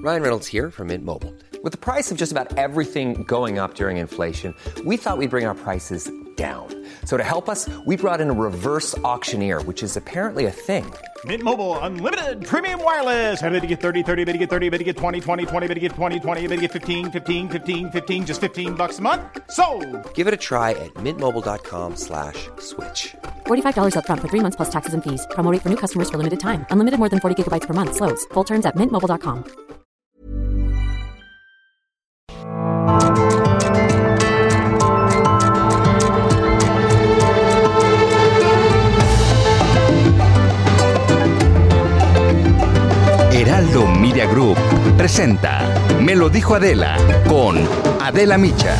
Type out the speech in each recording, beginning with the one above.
Ryan Reynolds here from Mint Mobile. With the price of just about everything going up during inflation, we thought we'd bring our prices down. So to help us, we brought in a reverse auctioneer, which is apparently a thing. Mint Mobile Unlimited Premium Wireless. How to get 30, 30, how to get 30, how to get 20, 20, 20, how to get 20, 20, how to get 15, 15, 15, 15, just $15 a month? Sold! Give it a try at mintmobile.com/switch. $45 up front for 3 months plus taxes and fees. Promo rate for new customers for limited time. Unlimited more than 40 gigabytes per month. Slows full terms at mintmobile.com. Heraldo Media Group presenta Me lo dijo Adela con Adela Micha.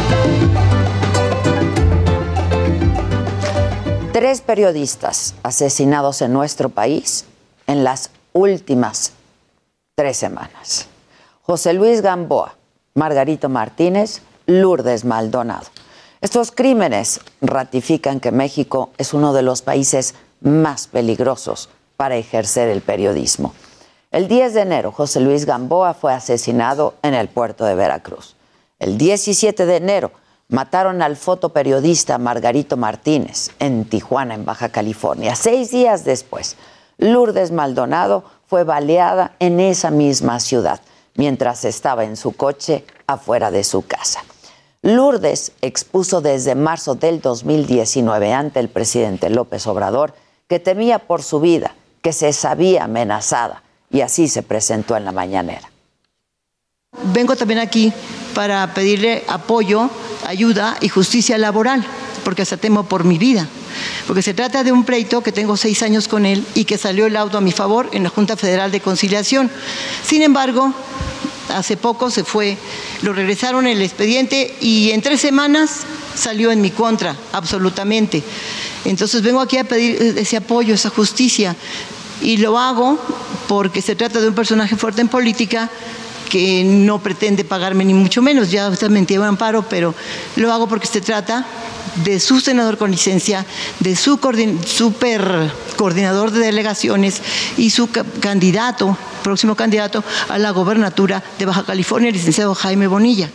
3 periodistas asesinados en nuestro país en las últimas 3 semanas. José Luis Gamboa, Margarito Martínez, Lourdes Maldonado. Estos crímenes ratifican que México es uno de los países más peligrosos para ejercer el periodismo. El 10 de enero, José Luis Gamboa fue asesinado en el puerto de Veracruz. El 17 de enero, mataron al fotoperiodista Margarito Martínez en Tijuana, en Baja California. 6 días después, Lourdes Maldonado fue baleada en esa misma ciudad, mientras estaba en su coche afuera de su casa. Lourdes expuso desde marzo del 2019 ante el presidente López Obrador que temía por su vida, que se sabía amenazada, y así se presentó en la mañanera. Vengo también aquí para pedirle apoyo, ayuda y justicia laboral, porque hasta temo por mi vida. Porque se trata de un pleito que tengo 6 años con él y que salió el laudo a mi favor en la Junta Federal de Conciliación. Sin embargo, hace poco se fue, lo regresaron el expediente y en 3 semanas salió en mi contra, absolutamente. Entonces vengo aquí a pedir ese apoyo, esa justicia. Y lo hago porque se trata de un personaje fuerte en política que no pretende pagarme ni mucho menos. Ya usted me entiende, amparo, pero lo hago porque se trata de su senador con licencia, de su super coordinador de delegaciones y su candidato, próximo candidato a la gobernatura de Baja California, el licenciado Jaime Bonilla.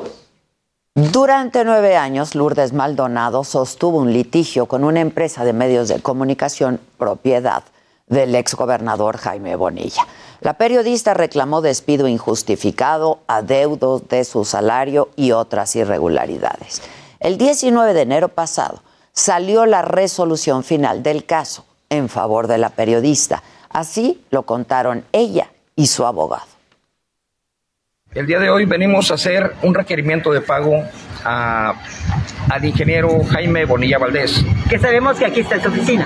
Durante 9 años, Lourdes Maldonado sostuvo un litigio con una empresa de medios de comunicación propiedad del exgobernador Jaime Bonilla. La periodista reclamó despido injustificado, adeudos de su salario y otras irregularidades. El 19 de enero pasado salió la resolución final del caso en favor de la periodista. Así lo contaron ella y su abogado. El día de hoy venimos a hacer un requerimiento de pago al ingeniero Jaime Bonilla Valdés. Que sabemos que aquí está en su oficina.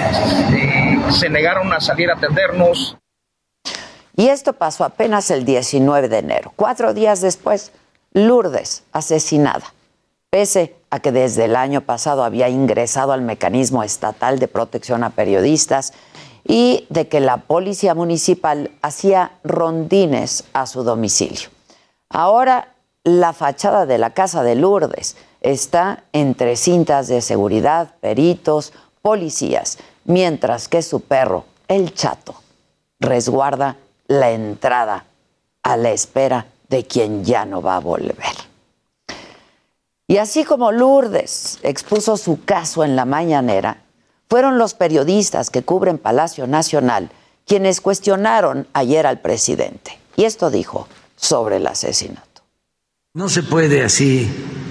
Se negaron a salir a atendernos. Y esto pasó apenas el 19 de enero. 4 días después, Lourdes asesinada, pese a que desde el año pasado había ingresado al mecanismo estatal de protección a periodistas y de que la policía municipal hacía rondines a su domicilio. Ahora, la fachada de la casa de Lourdes está entre cintas de seguridad, peritos, policías, mientras que su perro, el Chato, resguarda la entrada a la espera de quien ya no va a volver. Y así como Lourdes expuso su caso en la mañanera, fueron los periodistas que cubren Palacio Nacional quienes cuestionaron ayer al presidente. Y esto dijo sobre el asesinato. No se puede así,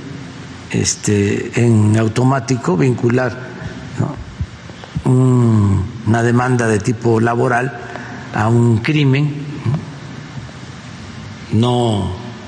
en automático, vincular, ¿no?, una demanda de tipo laboral a un crimen. No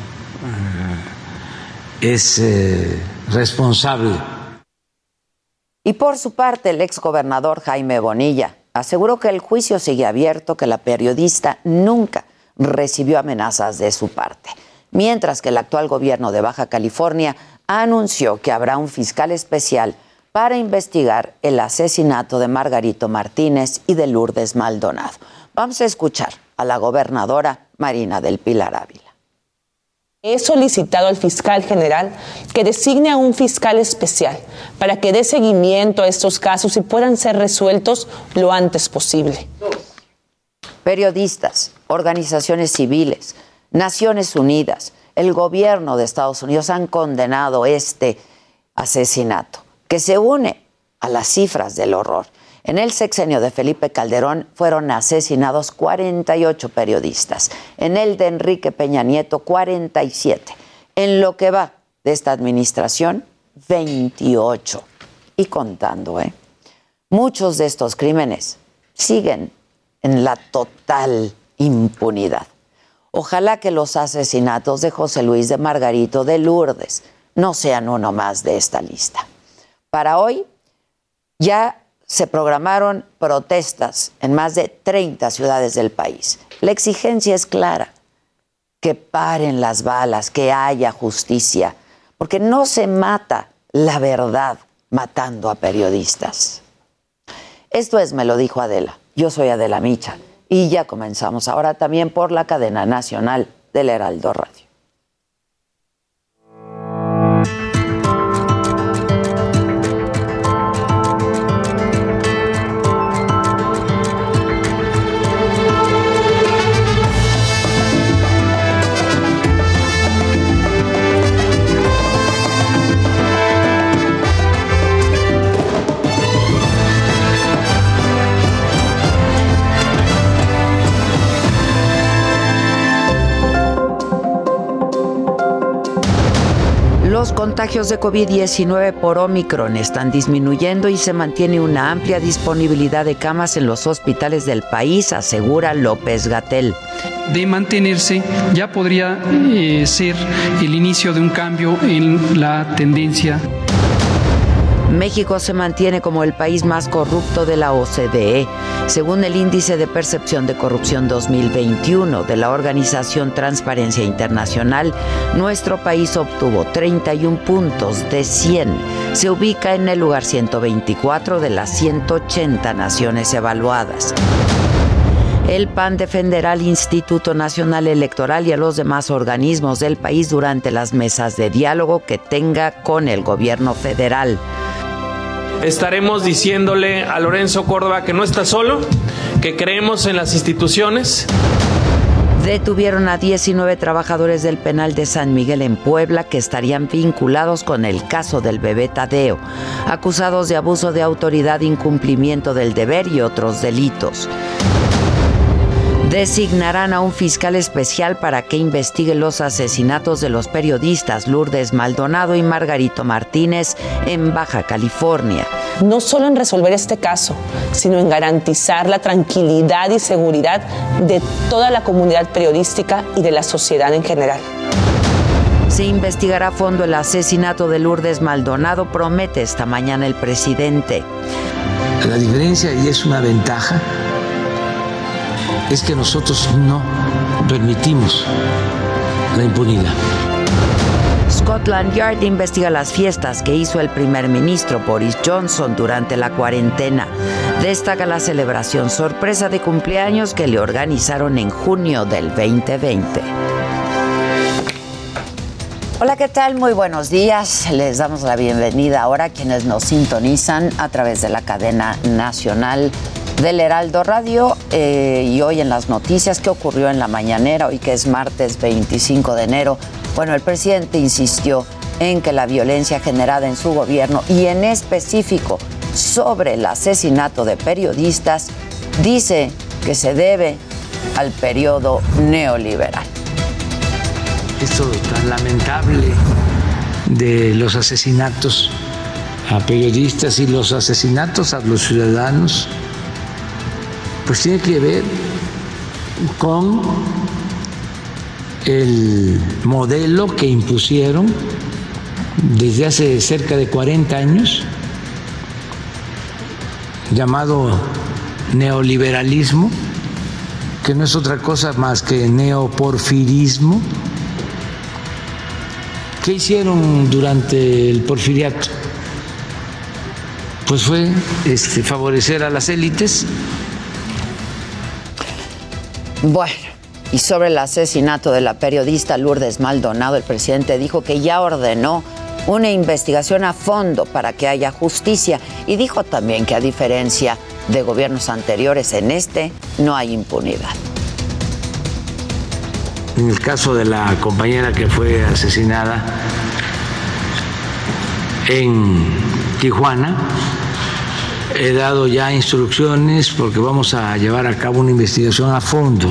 es responsable. Y por su parte, el exgobernador Jaime Bonilla aseguró que el juicio sigue abierto, que la periodista nunca recibió amenazas de su parte, mientras que el actual gobierno de Baja California anunció que habrá un fiscal especial para investigar el asesinato de Margarito Martínez y de Lourdes Maldonado. Vamos a escuchar a la gobernadora Marina del Pilar Ávila. He solicitado al fiscal general que designe a un fiscal especial para que dé seguimiento a estos casos y puedan ser resueltos lo antes posible. Periodistas, organizaciones civiles, Naciones Unidas, el gobierno de Estados Unidos han condenado este asesinato, que se une a las cifras del horror. En el sexenio de Felipe Calderón fueron asesinados 48 periodistas. En el de Enrique Peña Nieto, 47. En lo que va de esta administración, 28. Y contando, Muchos de estos crímenes siguen en la total impunidad. Ojalá que los asesinatos de José Luis, de Margarito, de Lourdes no sean uno más de esta lista. Para hoy ya se programaron protestas en más de 30 ciudades del país. La exigencia es clara, que paren las balas, que haya justicia, porque no se mata la verdad matando a periodistas. Esto es Me lo dijo Adela. Yo soy Adela Micha y ya comenzamos ahora también por la cadena nacional del Heraldo Radio. Los contagios de COVID-19 por Omicron están disminuyendo y se mantiene una amplia disponibilidad de camas en los hospitales del país, asegura López-Gatell. De mantenerse, ya podría ser el inicio de un cambio en la tendencia. México se mantiene como el país más corrupto de la OCDE. Según el Índice de Percepción de Corrupción 2021 de la organización Transparencia Internacional, nuestro país obtuvo 31 puntos de 100. Se ubica en el lugar 124 de las 180 naciones evaluadas. El PAN defenderá al Instituto Nacional Electoral y a los demás organismos del país durante las mesas de diálogo que tenga con el gobierno federal. Estaremos diciéndole a Lorenzo Córdoba que no está solo, que creemos en las instituciones. Detuvieron a 19 trabajadores del penal de San Miguel en Puebla que estarían vinculados con el caso del bebé Tadeo, acusados de abuso de autoridad, incumplimiento del deber y otros delitos. Designarán a un fiscal especial para que investigue los asesinatos de los periodistas Lourdes Maldonado y Margarito Martínez en Baja California. No solo en resolver este caso, sino en garantizar la tranquilidad y seguridad de toda la comunidad periodística y de la sociedad en general. Se investigará a fondo el asesinato de Lourdes Maldonado, promete esta mañana el presidente. La diferencia, y es una ventaja, es que nosotros no permitimos la impunidad. Scotland Yard investiga las fiestas que hizo el primer ministro Boris Johnson durante la cuarentena. Destaca la celebración sorpresa de cumpleaños que le organizaron en junio del 2020. Hola, ¿qué tal? Muy buenos días. Les damos la bienvenida ahora a quienes nos sintonizan a través de la cadena nacional del Heraldo Radio. Y hoy en las noticias, ¿qué ocurrió en la mañanera? Hoy que es martes 25 de enero. Bueno, el presidente insistió en que la violencia generada en su gobierno y en específico sobre el asesinato de periodistas, dice que se debe al periodo neoliberal. Esto tan lamentable de los asesinatos a periodistas y los asesinatos a los ciudadanos, pues tiene que ver con el modelo que impusieron desde hace cerca de 40 años, llamado neoliberalismo, que no es otra cosa más que neoporfirismo. ¿Qué hicieron durante el porfiriato? Pues fue favorecer a las élites. Bueno, y sobre el asesinato de la periodista Lourdes Maldonado, el presidente dijo que ya ordenó una investigación a fondo para que haya justicia y dijo también que a diferencia de gobiernos anteriores, en este no hay impunidad. En el caso de la compañera que fue asesinada en Tijuana, he dado ya instrucciones porque vamos a llevar a cabo una investigación a fondo.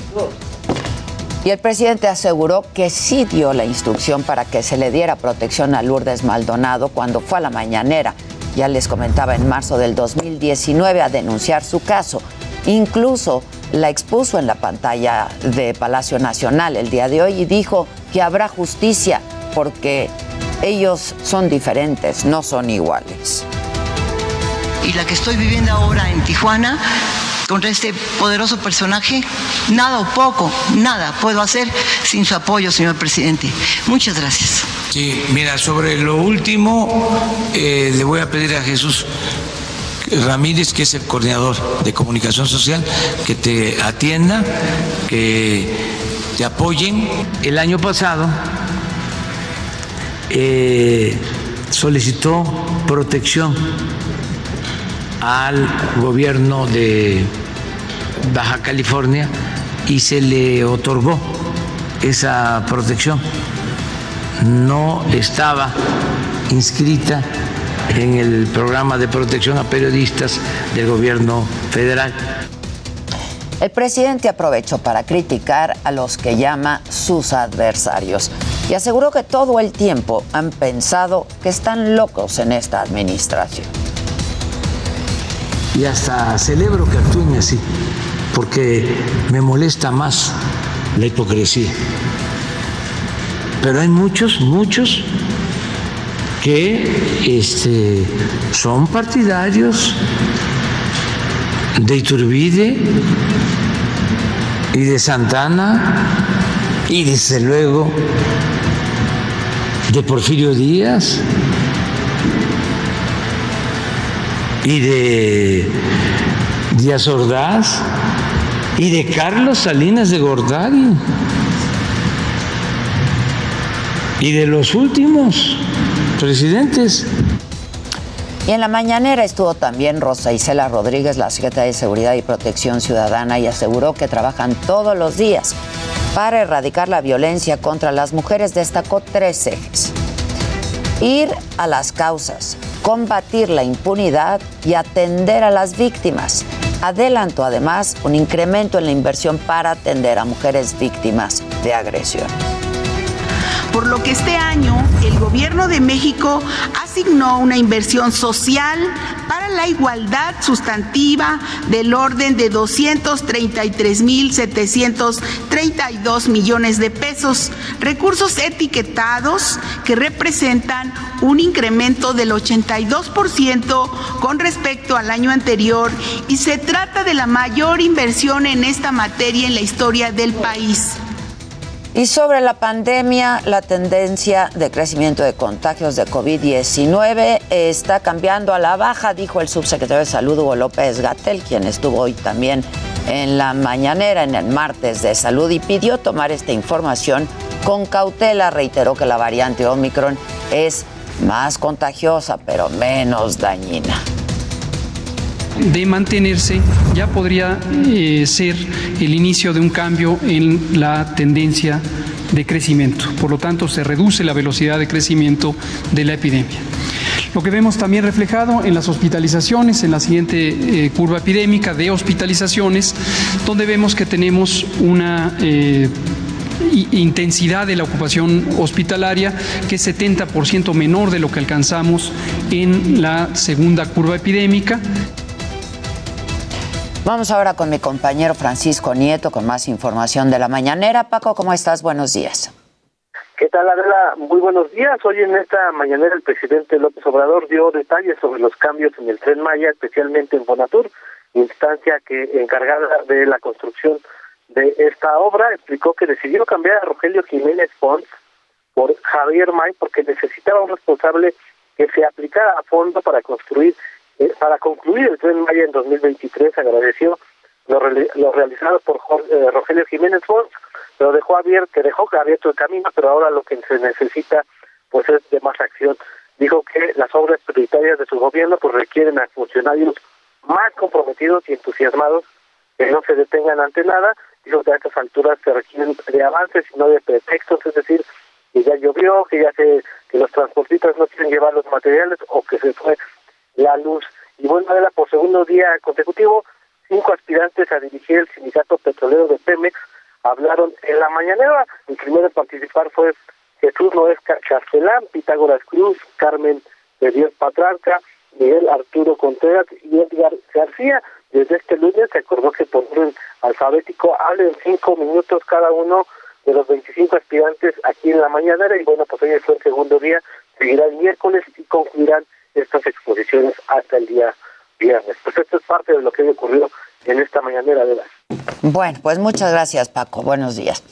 Y el presidente aseguró que sí dio la instrucción para que se le diera protección a Lourdes Maldonado cuando fue a la mañanera. Ya les comentaba, en marzo del 2019 a denunciar su caso. Incluso la expuso en la pantalla de Palacio Nacional el día de hoy y dijo que habrá justicia porque ellos son diferentes, no son iguales. Y la que estoy viviendo ahora en Tijuana, contra este poderoso personaje, nada o poco, nada puedo hacer sin su apoyo, señor presidente. Muchas gracias. Sí, mira, sobre lo último, le voy a pedir a Jesús Ramírez, que es el coordinador de comunicación social, que te atienda, que te apoyen. El año pasado solicitó protección al gobierno de Baja California y se le otorgó esa protección. No estaba inscrita en el programa de protección a periodistas del gobierno federal. El presidente aprovechó para criticar a los que llama sus adversarios y aseguró que todo el tiempo han pensado que están locos en esta administración. Y hasta celebro que actúen así, porque me molesta más la hipocresía. Pero hay muchos que son partidarios de Iturbide y de Santana y desde luego de Porfirio Díaz y de Díaz Ordaz y de Carlos Salinas de Gortari y de los últimos presidentes. Y en la mañanera estuvo también Rosa Isela Rodríguez, la secretaria de Seguridad y Protección Ciudadana, y aseguró que trabajan todos los días para erradicar la violencia contra las mujeres. Destacó 3 ejes: ir a las causas, combatir la impunidad y atender a las víctimas. Adelantó además un incremento en la inversión para atender a mujeres víctimas de agresión. Por lo que este año el Gobierno de México asignó una inversión social para la igualdad sustantiva del orden de 233,732 millones de pesos, recursos etiquetados que representan un incremento del 82% con respecto al año anterior, y se trata de la mayor inversión en esta materia en la historia del país. Y sobre la pandemia, la tendencia de crecimiento de contagios de COVID-19 está cambiando a la baja, dijo el subsecretario de Salud, Hugo López-Gatell, quien estuvo hoy también en la mañanera, en el martes de salud, y pidió tomar esta información con cautela. Reiteró que la variante Omicron es más contagiosa, pero menos dañina. De mantenerse, ya podría ser el inicio de un cambio en la tendencia de crecimiento. Por lo tanto, se reduce la velocidad de crecimiento de la epidemia. Lo que vemos también reflejado en las hospitalizaciones, en la siguiente curva epidémica de hospitalizaciones, donde vemos que tenemos una intensidad de la ocupación hospitalaria que es 70% menor de lo que alcanzamos en la segunda curva epidémica. Vamos ahora con mi compañero Francisco Nieto con más información de la mañanera. Paco, ¿cómo estás? Buenos días. ¿Qué tal, Adela? Muy buenos días. Hoy en esta mañanera el presidente López Obrador dio detalles sobre los cambios en el Tren Maya, especialmente en Fonatur, instancia encargada de la construcción de esta obra. Explicó que decidió cambiar a Rogelio Jiménez Pons por Javier May porque necesitaba un responsable que se aplicara a fondo para concluir el Tren Maya en 2023. Agradeció lo realizado por Rogelio Jiménez Pons, pero dejó abierto el camino, pero ahora lo que se necesita pues es de más acción. Dijo que las obras prioritarias de su gobierno pues requieren a funcionarios más comprometidos y entusiasmados, que no se detengan ante nada. Dijo que a estas alturas se requieren de avances y no de pretextos, es decir, que ya llovió, que los transportistas no quieren llevar los materiales o que se fue la luz. Y bueno, Adela, por segundo día consecutivo, 5 aspirantes a dirigir el sindicato petrolero de Pemex hablaron en la mañanera. El primero en participar fue Jesús Noé Castelán, Pitágoras Cruz, Carmen de Dios Patrarca, Miguel Arturo Contreras y Edgar García. Desde este lunes se acordó que por orden alfabético hablen 5 minutos cada uno de los 25 aspirantes aquí en la mañanera. Y bueno, pues hoy fue el segundo día, seguirá el miércoles y concluirán estas exposiciones hasta el día viernes. Pues esto es parte de lo que ocurrió en esta mañanera de las. Bueno, pues muchas gracias, Paco. Buenos días.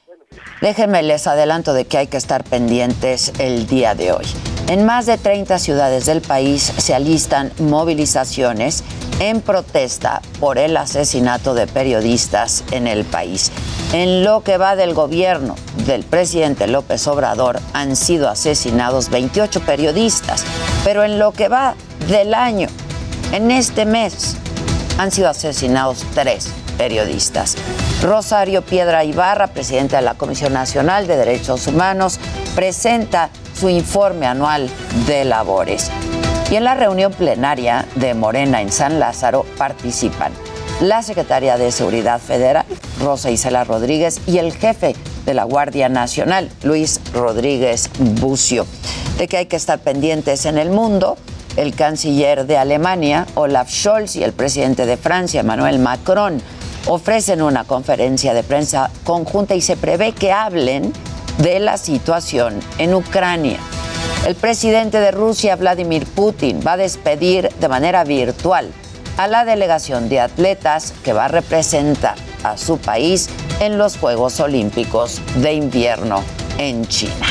Déjenme les adelanto de que hay que estar pendientes el día de hoy. En más de 30 ciudades del país se alistan movilizaciones en protesta por el asesinato de periodistas en el país. En lo que va del gobierno del presidente López Obrador han sido asesinados 28 periodistas, pero en lo que va del año, en este mes, han sido asesinados 3 periodistas. Rosario Piedra Ibarra, presidenta de la Comisión Nacional de Derechos Humanos, presenta su informe anual de labores. Y en la reunión plenaria de Morena en San Lázaro participan la secretaria de Seguridad Federal, Rosa Isela Rodríguez, y el jefe de la Guardia Nacional, Luis Rodríguez Bucio. De que hay que estar pendientes en el mundo, el canciller de Alemania, Olaf Scholz, y el presidente de Francia, Emmanuel Macron, ofrecen una conferencia de prensa conjunta y se prevé que hablen de la situación en Ucrania. El presidente de Rusia, Vladimir Putin, va a despedir de manera virtual a la delegación de atletas que va a representar a su país en los Juegos Olímpicos de Invierno en China.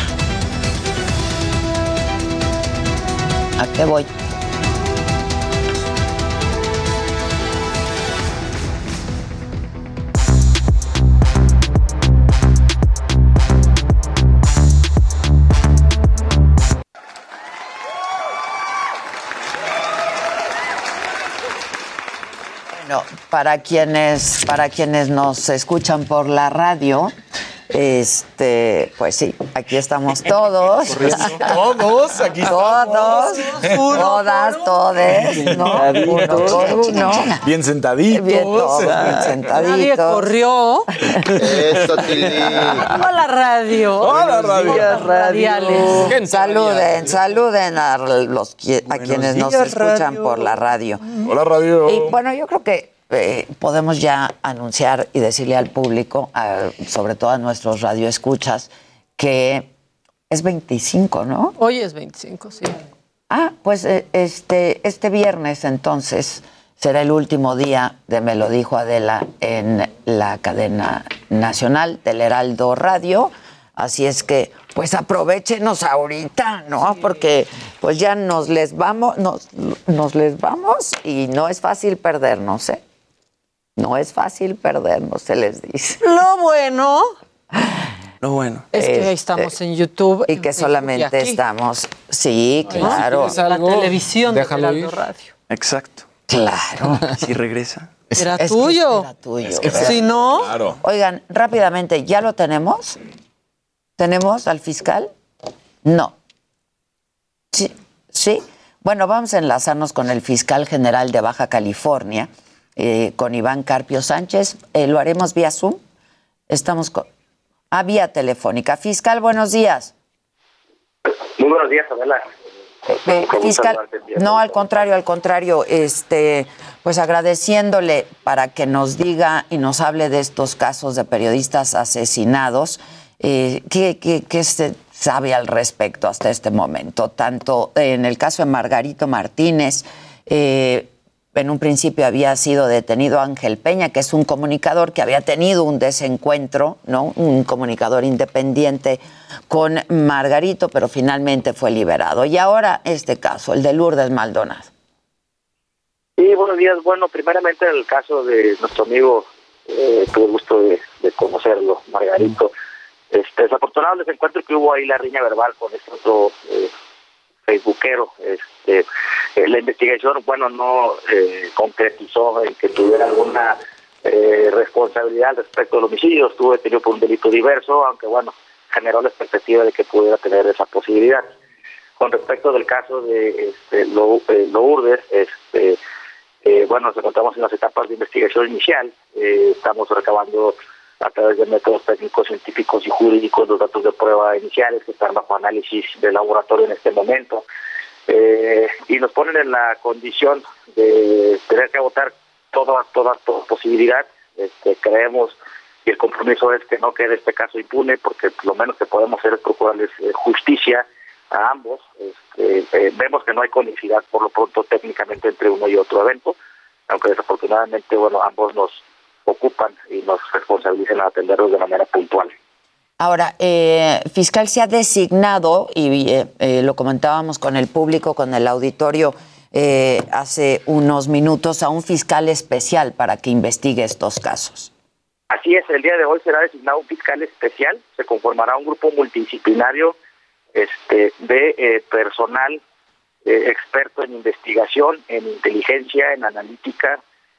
¿A qué voy? Bueno, para quienes nos escuchan por la radio, pues sí, aquí estamos todos. Todos, aquí todos, todas, todes, ¿no? Uno por uno. Bien sentaditos. Bien sentaditos. Nadie corrió. Eso, Tili. Hola, radio. Hola, radio. Radiales. Saluden a quienes nos escuchan por la radio. Hola, radio. Y bueno, yo creo que podemos ya anunciar y decirle al público, sobre todo a nuestros radioescuchas, que es 25, ¿no? Hoy es 25, sí. Pues este viernes entonces será el último día de Me lo dijo Adela en la cadena nacional del Heraldo Radio. Así es que, pues aprovéchenos ahorita, ¿no? Porque pues ya nos les vamos y no es fácil perdernos, ¿eh? No es fácil perdernos, se les dice. Lo bueno es que ahí estamos en YouTube. Y que solamente estamos, sí, claro. La televisión de Heraldo Radio. Exacto. Claro. Si regresa. Era tuyo. Era tuyo. Si no. Claro. Oigan, rápidamente, ¿ya lo tenemos? ¿Tenemos al fiscal? No. Sí. Bueno, vamos a enlazarnos con el fiscal general de Baja California, con Iván Carpio Sánchez. Lo haremos vía Zoom. Estamos vía telefónica. Fiscal, buenos días. Muy buenos días, Adela. Fiscal, no, al contrario, pues agradeciéndole para que nos diga y nos hable de estos casos de periodistas asesinados. ¿Qué se sabe al respecto hasta este momento? Tanto en el caso de Margarito Martínez, en un principio había sido detenido Ángel Peña, que es un comunicador que había tenido un desencuentro, ¿no? Un comunicador independiente con Margarito, pero finalmente fue liberado. Y ahora este caso, el de Lourdes Maldonado. Sí, buenos días. Bueno, primeramente el caso de nuestro amigo, tuve el gusto de conocerlo, Margarito. Desafortunado el desencuentro que hubo ahí, la riña verbal con este otro facebookero. La investigación, bueno, no concretizó en que tuviera alguna responsabilidad al respecto del homicidio. Estuvo detenido por un delito diverso, aunque bueno, generó la expectativa de que pudiera tener esa posibilidad. Con respecto del caso de Lourdes, bueno, nos encontramos en las etapas de investigación inicial. Estamos recabando a través de métodos técnicos, científicos y jurídicos los datos de prueba iniciales que están bajo análisis de laboratorio en este momento. Y nos ponen en la condición de tener que agotar toda posibilidad. Creemos y el compromiso es que no quede este caso impune, porque lo menos que podemos hacer es procurarles justicia a ambos. Vemos que no hay conicidad por lo pronto técnicamente entre uno y otro evento, aunque desafortunadamente, bueno, ambos nos ocupan y nos responsabilizan a atenderlos de manera puntual. Ahora, fiscal, se ha designado, y lo comentábamos con el público, con el auditorio, hace unos minutos, a un fiscal especial para que investigue estos casos. Así es, el día de hoy será designado un fiscal especial, se conformará un grupo multidisciplinario de personal experto en investigación, en inteligencia, en analítica,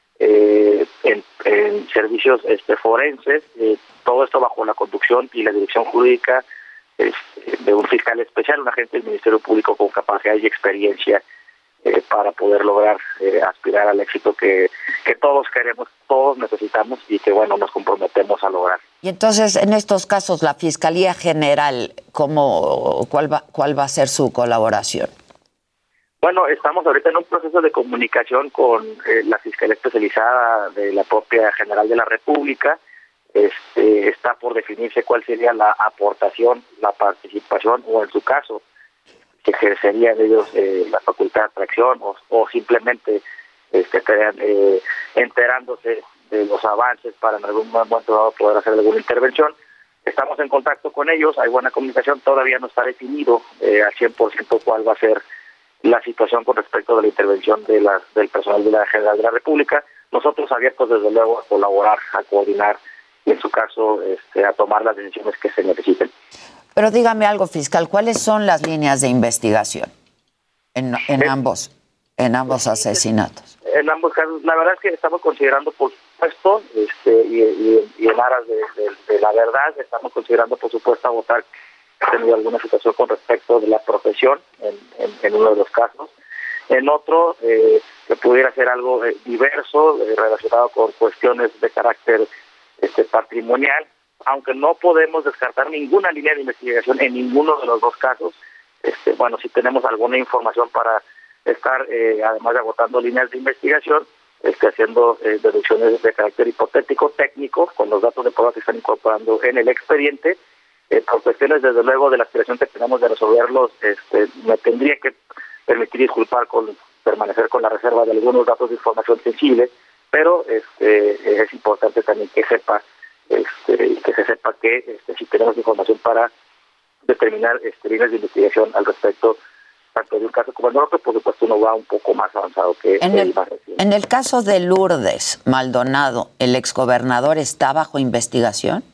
en servicios forenses, todo esto bajo la conducción y la dirección jurídica de un fiscal especial, un agente del Ministerio Público con capacidad y experiencia para poder lograr aspirar al éxito que todos queremos, todos necesitamos y que, bueno, nos comprometemos a lograr. Y entonces, en estos casos, la Fiscalía General, ¿cuál va a ser su colaboración? Bueno, estamos ahorita en un proceso de comunicación con la Fiscalía Especializada de la propia General de la República. Está por definirse cuál sería la aportación, la participación, o en su caso, que ejercerían ellos la facultad de atracción o simplemente estarían enterándose de los avances para en algún momento dado poder hacer alguna intervención. Estamos en contacto con ellos, hay buena comunicación, todavía no está definido al 100% cuál va a ser la situación con respecto de la intervención del personal de la General de la República. Nosotros abiertos desde luego a colaborar, a coordinar y en su caso a tomar las decisiones que se necesiten. Pero dígame algo, fiscal, ¿cuáles son las líneas de investigación en ambos asesinatos? En ambos casos, la verdad es que estamos considerando, por supuesto, y en aras de la verdad, estamos considerando, por supuesto, agotar que ha tenido alguna situación con respecto de la profesión en uno de los casos. En otro, que pudiera ser algo diverso, relacionado con cuestiones de carácter patrimonial, aunque no podemos descartar ninguna línea de investigación en ninguno de los dos casos. Bueno, si tenemos alguna información para estar, además de agotando líneas de investigación, haciendo deducciones de carácter hipotético, técnico, con los datos de prueba que están incorporando en el expediente. Por cuestiones, desde luego, de la aspiración que tenemos de resolverlos, me tendría que permitir disculpar con permanecer con la reserva de algunos datos de información sensible, pero es importante también que sepa que se sepa que si tenemos información para determinar líneas de investigación al respecto, tanto de un caso como el otro, por supuesto uno va un poco más avanzado que el más reciente. En el caso de Lourdes Maldonado, ¿el exgobernador está bajo investigación?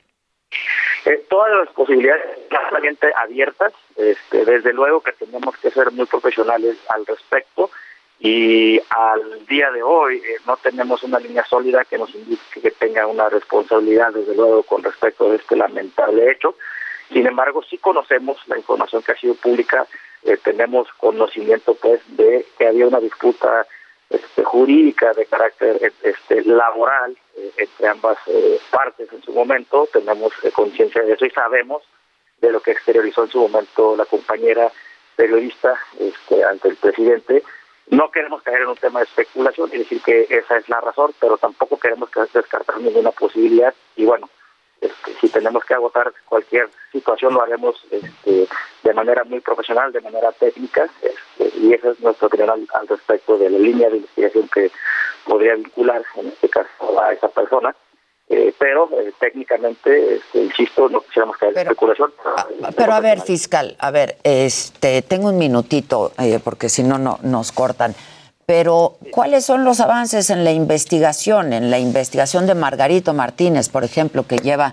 Todas las posibilidades están claramente abiertas. Desde luego que tenemos que ser muy profesionales al respecto. Y al día de hoy no tenemos una línea sólida que nos indique que tenga una responsabilidad, desde luego, con respecto a este lamentable hecho. Sin embargo, sí conocemos la información que ha sido pública, tenemos conocimiento pues de que había una disputa jurídica de carácter laboral entre ambas partes en su momento. Tenemos conciencia de eso y sabemos de lo que exteriorizó en su momento la compañera periodista ante el presidente. No queremos caer en un tema de especulación y decir que esa es la razón, pero tampoco queremos descartar ninguna posibilidad. Y bueno, si tenemos que agotar cualquier situación, lo haremos de manera muy profesional, de manera técnica, y esa es nuestra opinión al respecto de la línea de investigación que podría vincular, en este caso, a esa persona. Pero técnicamente, insisto, no quisiéramos caer en especulación. Pero a ver, fiscal, tengo un minutito, porque si no nos cortan. Pero, ¿cuáles son los avances en la investigación de Margarito Martínez, por ejemplo, que lleva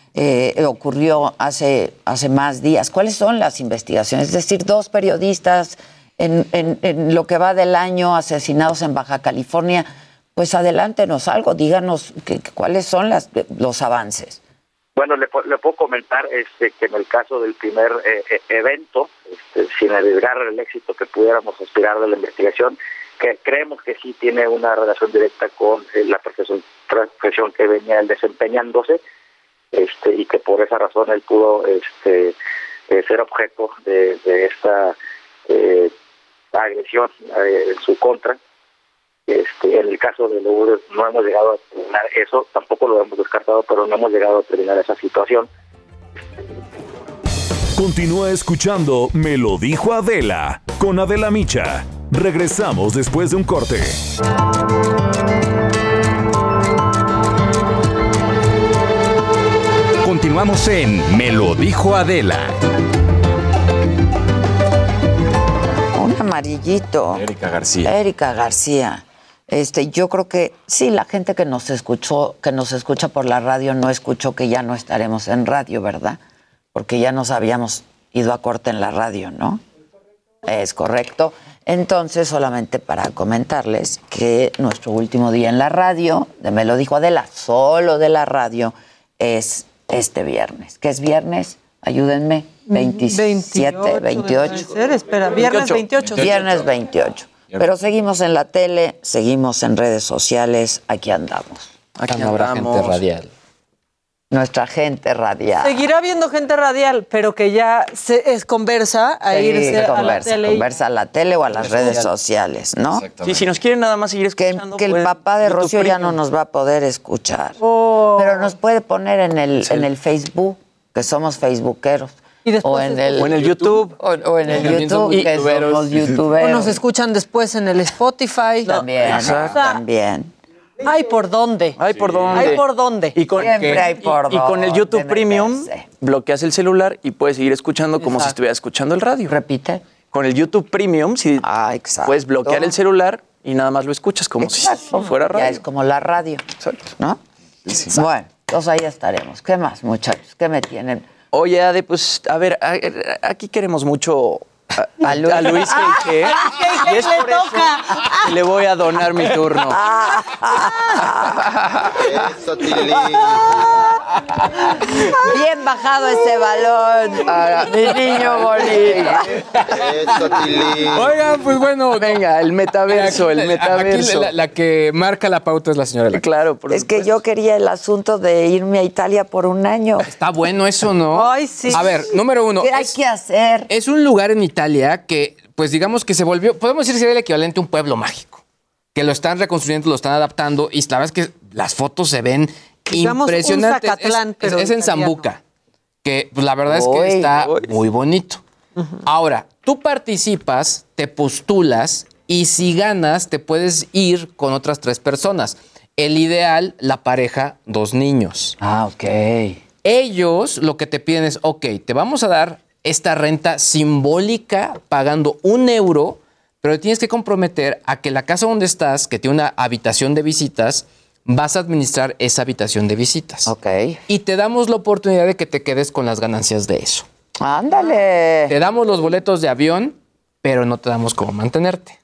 ocurrió hace más días. ¿Cuáles son las investigaciones? Es decir, 2 periodistas en lo que va del año asesinados en Baja California. Pues adelántenos algo, díganos cuáles son los avances. Bueno, le puedo comentar que en el caso del primer evento, sin arriesgar el éxito que pudiéramos aspirar de la investigación, que creemos que sí tiene una relación directa con la profesión que venía él desempeñándose, y que por esa razón él pudo ser objeto de esta agresión en su contra. En el caso de Lourdes no hemos llegado a terminar eso, tampoco lo hemos descartado, pero no hemos llegado a terminar esa situación. Continúa escuchando Me lo dijo Adela con Adela Micha. Regresamos después de un corte. Continuamos en Me lo dijo Adela. Un amarillito. Erika García. Yo creo que sí, la gente que nos escucha por la radio no escuchó que ya no estaremos en radio, ¿verdad? Porque ya nos habíamos ido a corte en la radio, ¿no? Es correcto. Entonces, solamente para comentarles que nuestro último día en la radio, de Me lo dijo Adela, solo de la radio, es este viernes. ¿Qué es viernes? Ayúdenme. 27, 28. Espera, viernes 28. Viernes 28. Pero seguimos en la tele, seguimos en redes sociales, aquí andamos. Aquí habrá gente radial. Nuestra gente radial. Seguirá habiendo gente radial, pero que ya es conversa a irse a la tele. Conversa a la tele o a las redes sociales, ¿no? Sí, si nos quieren nada más seguir escuchando. Que el papá de Rocío ya no nos va a poder escuchar. Pero nos puede poner en el Facebook, que somos facebookeros. Y después o en el YouTube. O en el YouTube, que somos youtuberos. O nos escuchan después en el Spotify. También. Hay por dónde. Hay por dónde. Siempre hay por dónde. Y con el YouTube Premium bloqueas el celular y puedes seguir escuchando como si estuvieras escuchando el radio. Repite. Con el YouTube Premium puedes bloquear el celular y nada más lo escuchas como si fuera radio. Ya es como la radio. Exacto. ¿No? Sí. Bueno, entonces ahí estaremos. ¿Qué más, muchachos? ¿Qué me tienen? Oye, Ade, pues, a ver, aquí queremos mucho a Luis G.I.G. Y es por eso que le voy a donar mi turno. Eso, Tilly. Bien bajado ese balón, mi niño bonito. Eso, Tilly. Oigan, pues bueno. Venga, el metaverso. Aquí la que marca la pauta es la señora. Claro, por Es que yo quería el asunto de irme a Italia por un año. Está bueno eso, ¿no? Ay, sí. A ver, número uno. ¿Qué hay que hacer? Es un lugar en Italia que, pues digamos que se volvió, podemos decir que sería el equivalente a un pueblo mágico. Que lo están reconstruyendo, lo están adaptando y la verdad es que las fotos se ven impresionantes. Un Zacatlán, pero es en Zambuca, que pues, la verdad es que está muy bonito. Ahora, tú participas, te postulas y si ganas te puedes ir con otras 3 personas. El ideal, la pareja, 2 niños. Ok. Ellos lo que te piden es, ok, te vamos a dar esta renta simbólica pagando €1, pero tienes que comprometer a que la casa donde estás, que tiene una habitación de visitas, vas a administrar esa habitación de visitas. Ok. Y te damos la oportunidad de que te quedes con las ganancias de eso. Ándale. Te damos los boletos de avión, pero no te damos cómo mantenerte.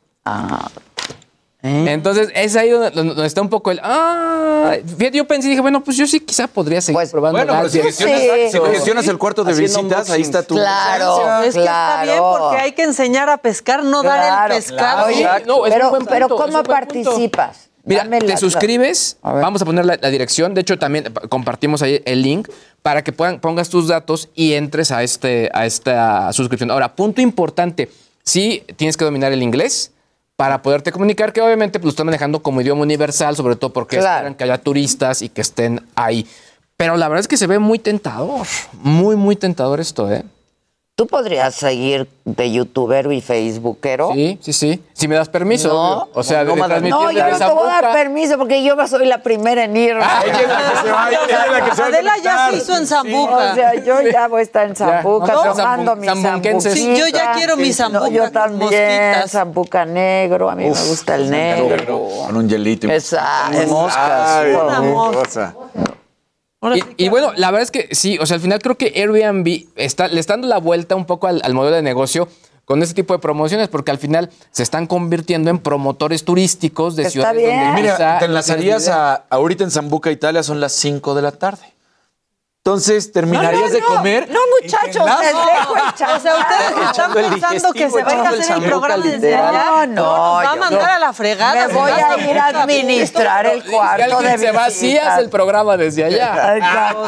Entonces, es ahí donde está un poco el... Fíjate, yo pensé y dije, bueno, pues yo sí quizá podría seguir probando. Bueno, pero si gestionas el cuarto de visitas, ahí está tu... Claro, es que está bien porque hay que enseñar a pescar, no dar el pescado. Oye, no, es un buen pero punto, ¿cómo participas? Mira, te suscribes, vamos a poner la dirección, de hecho también compartimos ahí el link para que pongas tus datos y entres a esta suscripción. Ahora, punto importante, sí tienes que dominar el inglés para poderte comunicar, que obviamente pues, lo están manejando como idioma universal, sobre todo porque esperan que haya turistas y que estén ahí. Pero la verdad es que se ve muy tentador, muy, muy tentador esto, ¿eh? ¿Tú podrías seguir de youtubero y facebookero? Sí. Si me das permiso. No, o sea, no, yo no te voy a dar permiso porque yo soy la primera en ir. Adela ya se hizo en Zambuca. O sea, yo ya voy a estar en Zambuca tomando mi zambuca. Sí, yo ya quiero mi zambuca. Yo también, zambuca negro. A mí me gusta el negro. Con un hielito. Exacto. Moscas. Una mosca. Y bueno, la verdad es que sí, o sea, al final creo que Airbnb le está dando la vuelta un poco al modelo de negocio con este tipo de promociones, porque al final se están convirtiendo en promotores turísticos de ciudades donde Mira, te enlazarías ahorita en Zambuca, Italia, son las 5 de la tarde. Entonces, ¿terminarías de comer? No, muchachos, les dejo el chat. O sea, ustedes están pensando que se va a hacer el programa desde allá. No, va a mandar a la fregada. Me voy a ir a administrar el cuarto de visitas. Se vacías el programa desde allá.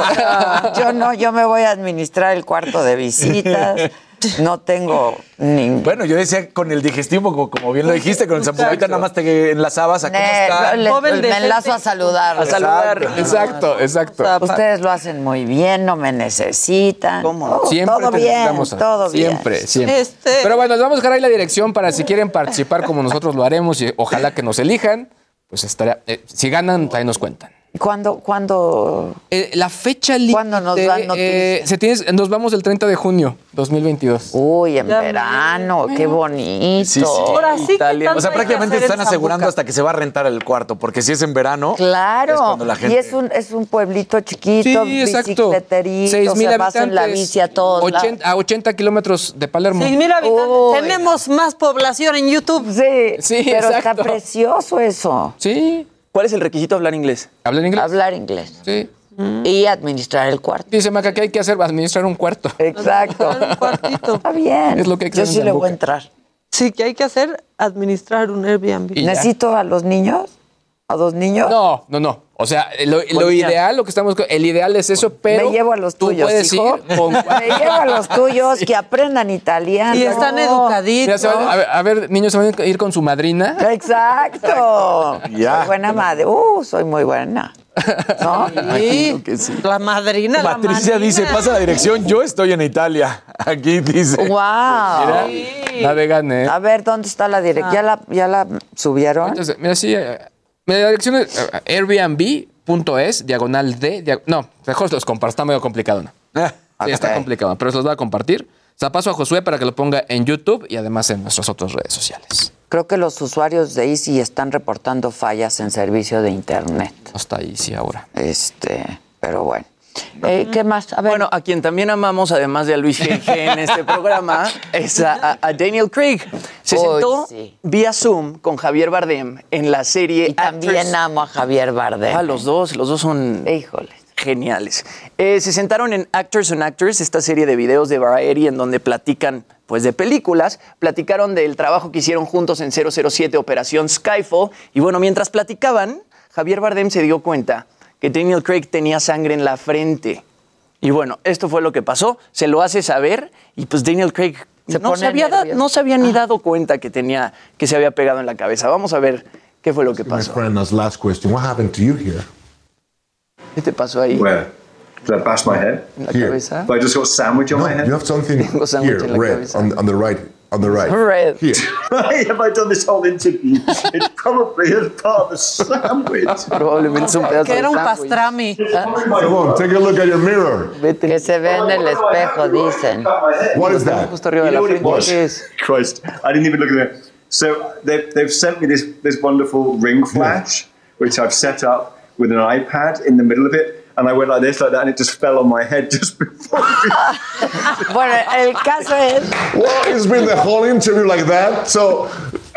Exacto. Yo me voy a administrar el cuarto de visitas. No tengo ningún. Bueno, yo decía con el digestivo, como bien lo dijiste, con el zambuquita nada más te enlazabas a cómo está. Me enlazo a saludar. A saludar. Exacto. Ustedes lo hacen muy bien, no me necesitan. ¿Cómo? Siempre todo bien, todo bien. Siempre. Pero bueno, les vamos a dejar ahí la dirección para si quieren participar como nosotros lo haremos y ojalá que nos elijan, pues estaría. Si ganan, también nos cuentan. ¿Cuándo? La fecha límite. ¿Cuándo nos dan noticias? Nos vamos el 30 de junio 2022. Uy, en verano, qué bonito. Sí. Ahora sí, Italia. O sea, prácticamente están asegurando hasta que se va a rentar el cuarto, porque si es en verano. Claro. Es cuando la gente... Y es un pueblito chiquito, bicicleterito, 6,000 vas en la bici a todos lados. A 80 kilómetros de Palermo. 6,000 habitantes. Tenemos más población en YouTube. Sí, pero está precioso eso. Sí. ¿Cuál es el requisito? ¿Hablar inglés? Hablar inglés. Sí. Y administrar el cuarto. Dice Maca, ¿qué hay que hacer? Administrar un cuarto. Exacto. Un cuartito. Está bien. Es lo que hay que Yo hacer sí en le voy a Zambuca. entrar. Sí, ¿qué hay que hacer? Administrar un Airbnb. ¿Necesito a los niños? ¿A 2 niños? No. O sea, lo ideal, lo que estamos... El ideal es eso, pero... Me llevo a los tú tuyos, puedes hijo. ir con... Me llevo a los tuyos que aprendan italiano. Y están educaditos. Mira, a ver, niños, se van a ir con su madrina. Exacto. Ya. Soy buena madre. Soy muy buena. ¿No? Sí. Que sí. La madrina, Patricia dice, pasa la dirección, yo estoy en Italia. Aquí dice. ¡Wow! Mira, navegan, A ver, ¿dónde está la dirección? ¿Ya la subieron? Entonces, mira, sí... La dirección es airbnb.es, /D. No, mejor los comparto, está medio complicado, ¿no? Sí, está complicado, pero se los voy a compartir. O sea, paso a Josué para que lo ponga en YouTube y además en nuestras otras redes sociales. Creo que los usuarios de Easy están reportando fallas en servicio de internet. No está Easy ahora. Pero bueno. ¿Qué más? A ver. Bueno, a quien también amamos, además de a Luis G.G. en este programa, es a Daniel Craig. Se sentó vía Zoom con Javier Bardem en la serie Y también amo a Javier Bardem. Los dos son geniales. Se sentaron en Actors on Actors, esta serie de videos de Variety en donde platican pues de películas, platicaron del trabajo que hicieron juntos en 007 Operación Skyfall, y bueno, mientras platicaban, Javier Bardem se dio cuenta que Daniel Craig tenía sangre en la frente. Y bueno, esto fue lo que pasó, se lo hace saber, y pues Daniel Craig no se había ni dado cuenta que se había pegado en la cabeza. Vamos a ver qué fue lo que pasó. My friend, as last question, what happened to you here? ¿Qué te pasó ahí? Where? Did I bash my head? ¿En la cabeza? I just got a sandwich on my head? You have something here, red, on the right. On the right. Red. Here. Why have I done this whole interview? It's probably a part of the sandwich. Probablemente es un pedazo Que era de un sándwich. pastrami. Come on, take a look at your mirror. Que se ve en el espejo, dicen. What is that? Justo arriba de You la know what it frente. was? ¿Qué es? Christ, I didn't even look at it. So they've sent me this wonderful ring flash, which I've set up with an iPad in the middle of it. And I went like that, and it just fell on my head just before. Bueno, el caso es... Well, it's been the whole interview like that, so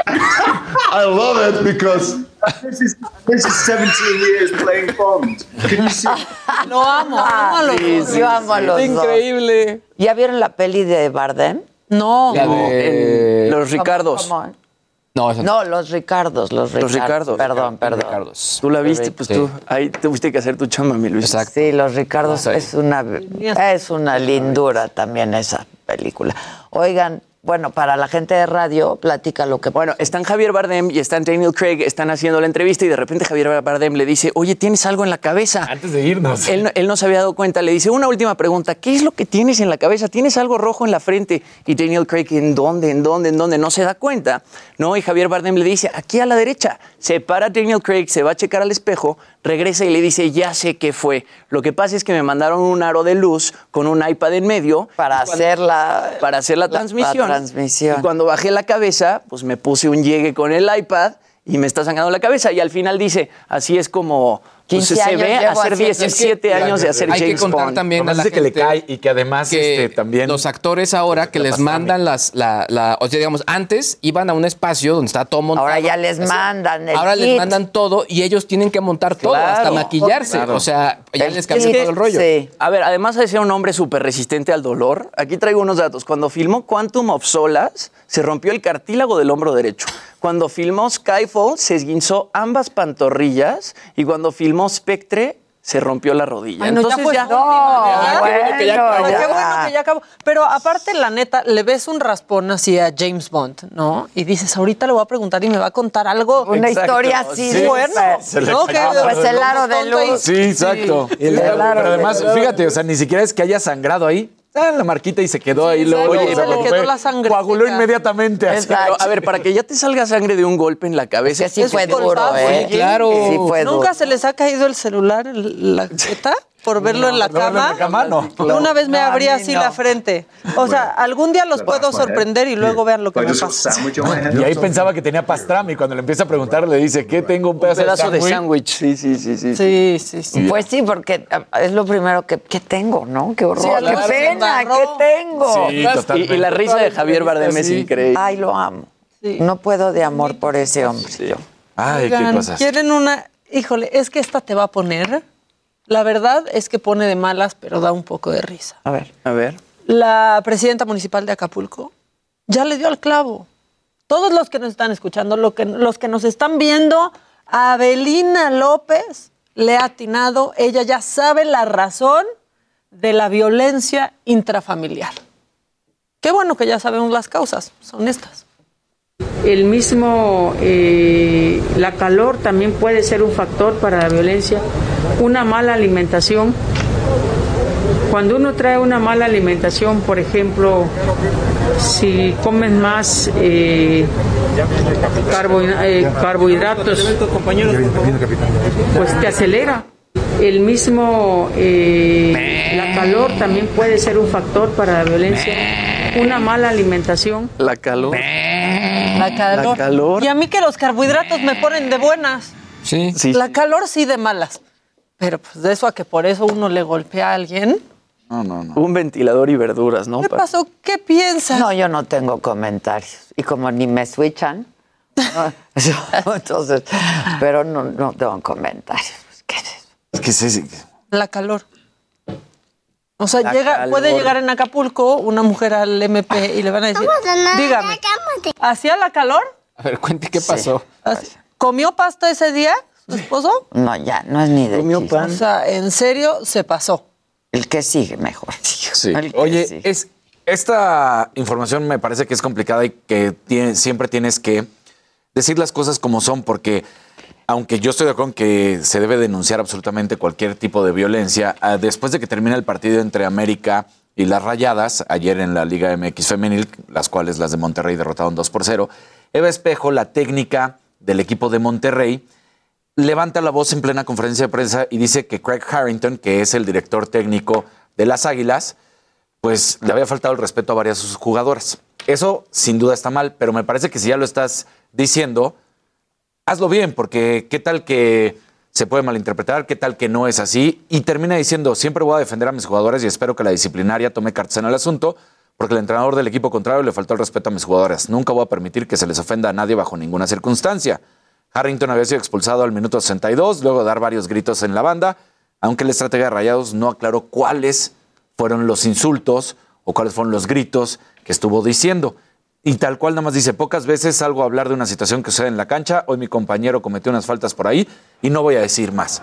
I love it because... This is 17 years playing Bond. Can you see? Lo amo a los dos. Yo amo a los dos. Increíble. ¿Ya vieron la peli de Bardem? No. La de... Los Ricardos. Come on. No, los Ricardos. Los Ricardos. Perdón. Tú la viste, pues tú. Ahí tuviste que hacer tu chamba, mi Luis. Exacto. Sí, Los Ricardos es una lindura también esa película. Oigan, bueno, para la gente de radio, platica lo que... Bueno, están Javier Bardem y están Daniel Craig, están haciendo la entrevista y de repente Javier Bardem le dice, oye, ¿tienes algo en la cabeza? Antes de irnos. Él no se había dado cuenta, le dice, una última pregunta, ¿qué es lo que tienes en la cabeza? ¿Tienes algo rojo en la frente? Y Daniel Craig, ¿en dónde? No se da cuenta, ¿no? Y Javier Bardem le dice, aquí a la derecha. Se para Daniel Craig, se va a checar al espejo, regresa y le dice, ya sé qué fue. Lo que pasa es que me mandaron un aro de luz con un iPad en medio. Para hacer la transmisión. transmisión. Y cuando bajé la cabeza, pues me puse un llegue con el iPad y me está sangrando la cabeza. Y al final dice, así es como 15 se años ve llevo hacer haciendo- 17 años de hacer Hay que James contar Bond. también a la Dice que le gente cae y que además también los actores ahora que les mandan o sea, digamos, antes iban a un espacio donde está todo montado. Ahora ya les mandan el Ahora kit. les mandan todo y ellos tienen que montar todo, Claro. hasta maquillarse. Claro. O sea, ya les cambió Es que- todo el rollo. A ver, además de ser un hombre súper resistente al dolor, aquí traigo unos datos. Cuando filmó Quantum of Solace, se rompió el cartílago del hombro derecho. Cuando filmó Skyfall, se esguinzó ambas pantorrillas. Y cuando filmó Spectre, se rompió la rodilla. Ay, no, Entonces ya ya... fue. No, Qué bueno que ya acabó. Qué bueno que ya acabó. Pero aparte, la neta, le ves un raspón así a James Bond, ¿no? Y dices, ahorita le voy a preguntar y me va a contar algo. Una historia así. Sí. Bueno, Se le ¿no? cayó. Que- Pues el aro de luz. Sí, exacto. Sí. El Pero aro de además, luz. fíjate, o sea, ni siquiera es que haya sangrado ahí. La marquita y se quedó ahí. Luego, Oye, o sea, se le como quedó fue, la sangre. coaguló inmediatamente. así. Pero, a ver, para que ya te salga sangre de un golpe en la cabeza. Es que sí fue duro, culpable. ¿eh? Claro. Sí fue duro. ¿Nunca se les ha caído el celular en la jeta por verlo en la No, en la cama? cama no. Una vez me No, a abrí mí así no. la frente. O sea, algún día los puedo sorprender y luego vean lo que me pasa. Y ahí pensaba que tenía pastrami. Cuando le empieza a preguntar, le dice, ¿qué tengo? Un pedazo, de sándwich. Sí. Pues sí, porque es lo primero que tengo, ¿no? Qué horror, Sí, qué claro, pena, se embarró. ¿qué tengo? Sí, totalmente. Y la risa de Javier Bardem es increíble. Ay, lo amo. No puedo de amor por ese hombre. yo. Ay, qué Oigan, cosas. ¿quieren una? Híjole, es que esta te va a poner. La verdad es que pone de malas, pero da un poco de risa. A ver. A ver. La presidenta municipal de Acapulco ya le dio al clavo. Todos los que nos están escuchando, los que nos están viendo, Abelina López le ha atinado. Ella ya sabe la razón de la violencia intrafamiliar. Qué bueno que ya sabemos las causas, son estas. El mismo, la calor también puede ser un factor para la violencia, una mala alimentación. Cuando uno trae una mala alimentación, por ejemplo, si comes más carbohidratos, pues te acelera. El mismo, la calor también puede ser un factor para la violencia, una mala alimentación. La calor. La calor. La calor. Y a mí que los carbohidratos me ponen de buenas. Sí. La calor sí de malas. Pero pues de eso a que por eso uno le golpea a alguien. No. Un ventilador y verduras, ¿no? ¿Qué pasó? ¿Qué piensas? No, yo no tengo comentarios. Y como ni me switchan, entonces, pero no tengo comentarios. ¿Qué es eso? Es que sí. La calor. O sea, La puede calor. llegar en Acapulco una mujer al MP y le van a decir, dígame, ¿hacía la calor? A ver, cuente qué pasó. ¿Comió pasta ese día su esposo? No, ya, no es ni de Comió chiste. pan. O sea, en serio, se pasó. El que sigue mejor. Sí. El que Oye, sigue. esta información me parece que es complicada y que siempre tienes que decir las cosas como son, porque aunque yo estoy de acuerdo en que se debe denunciar absolutamente cualquier tipo de violencia, después de que termine el partido entre América y las Rayadas, ayer en la Liga MX Femenil, las cuales las de Monterrey derrotaron 2-0, Eva Espejo, la técnica del equipo de Monterrey, levanta la voz en plena conferencia de prensa y dice que Craig Harrington, que es el director técnico de las Águilas, pues le había faltado el respeto a varias de sus jugadoras. Eso sin duda está mal, pero me parece que si ya lo estás diciendo, hazlo bien, porque qué tal que se puede malinterpretar, qué tal que no es así, y termina diciendo, siempre voy a defender a mis jugadores y espero que la disciplinaria tome cartas en el asunto, porque el entrenador del equipo contrario le faltó el respeto a mis jugadoras. Nunca voy a permitir que se les ofenda a nadie bajo ninguna circunstancia. Harrington había sido expulsado al minuto 62, luego de dar varios gritos en la banda, aunque el estratega de Rayados no aclaró cuáles fueron los insultos o cuáles fueron los gritos que estuvo diciendo. Y tal cual nada más dice, pocas veces salgo a hablar de una situación que sucede en la cancha, hoy mi compañero cometió unas faltas por ahí y no voy a decir más.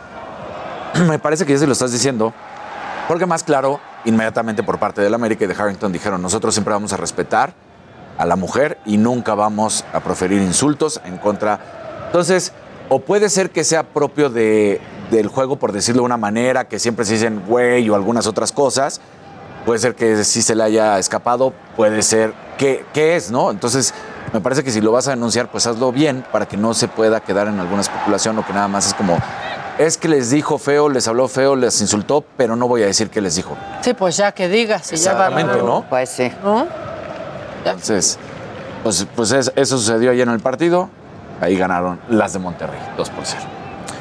Me parece que ya se lo estás diciendo, porque más claro, inmediatamente por parte del América y de Harrington dijeron, nosotros siempre vamos a respetar a la mujer y nunca vamos a proferir insultos en contra. Entonces, o puede ser que sea propio del juego, por decirlo de una manera, que siempre se dicen güey o algunas otras cosas. Puede ser que sí se le haya escapado, puede ser que es, ¿no? Entonces, me parece que si lo vas a denunciar, pues hazlo bien para que no se pueda quedar en alguna especulación o que nada más es como, es que les dijo feo, les habló feo, les insultó, pero no voy a decir qué les dijo. Sí, pues ya que digas. Si Exactamente, ya va, ¿no? Pues sí. ¿No? Entonces, pues eso sucedió ayer en el partido. Ahí ganaron las de Monterrey, 2-0.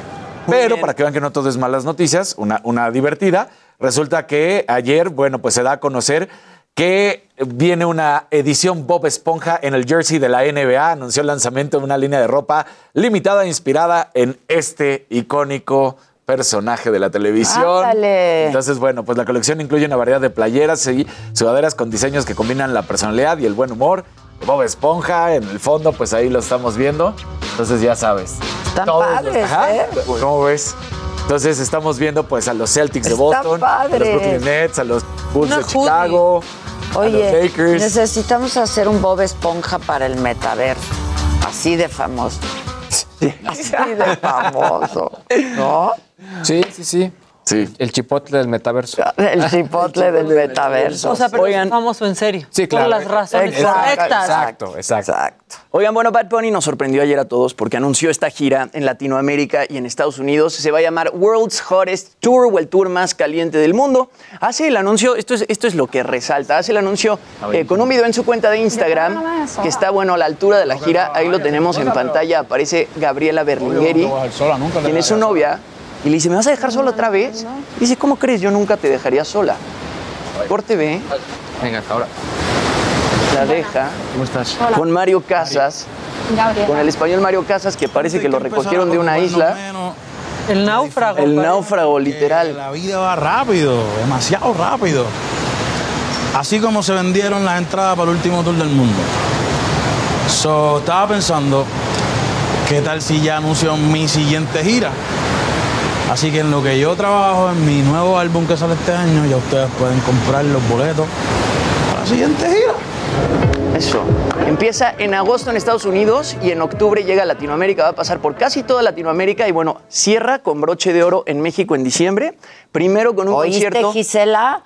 Pero para que vean que no todo es malas noticias, una divertida. Resulta que ayer, bueno, pues se da a conocer que viene una edición Bob Esponja en el jersey de la NBA. Anunció el lanzamiento de una línea de ropa limitada inspirada en este icónico personaje de la televisión. ¡Ándale! Entonces, bueno, pues la colección incluye una variedad de playeras y sudaderas con diseños que combinan la personalidad y el buen humor. Bob Esponja, en el fondo, pues ahí lo estamos viendo. Entonces ya sabes. Están padres, ¿Cómo ves? Entonces estamos viendo pues a los Celtics de Boston, a los Brooklyn Nets, a los Bulls de Chicago, a los Lakers. Necesitamos hacer un Bob Esponja para el metaverso. Así de famoso. Sí. Así de famoso. ¿No? Sí. Sí. El chipotle del metaverso. El chipotle del metaverso. O sea, pero es famoso en serio. Sí, claro. Por las razones correctas. Exacto. Oigan, bueno, Bad Bunny nos sorprendió ayer a todos porque anunció esta gira en Latinoamérica y en Estados Unidos. Se va a llamar World's Hottest Tour o el tour más caliente del mundo. Hace el anuncio, esto es lo que resalta, hace el anuncio con un video en su cuenta de Instagram que está, bueno, a la altura de la gira. Ahí lo tenemos en pantalla. Aparece Gabriela Berlingueri, quien es su novia. Y le dice, ¿me vas a dejar sola otra vez? Dice, ¿cómo crees? Yo nunca te dejaría sola. Corte B. Venga, ahora. La deja. ¿Cómo estás? Con Mario Casas. Gabriela. Con el español Mario Casas, que parece que lo recogieron de una isla. El náufrago. El náufrago, literal. La vida va rápido, demasiado rápido. Así como se vendieron las entradas para el último tour del mundo. Estaba pensando, ¿qué tal si ya anuncio mi siguiente gira? Así que en lo que yo trabajo en mi nuevo álbum que sale este año, ya ustedes pueden comprar los boletos para la siguiente gira. Eso. Empieza en agosto en Estados Unidos y en octubre llega a Latinoamérica. Va a pasar por casi toda Latinoamérica y, bueno, cierra con broche de oro en México en diciembre. Primero con un concierto. ¿Oíste, Gisela?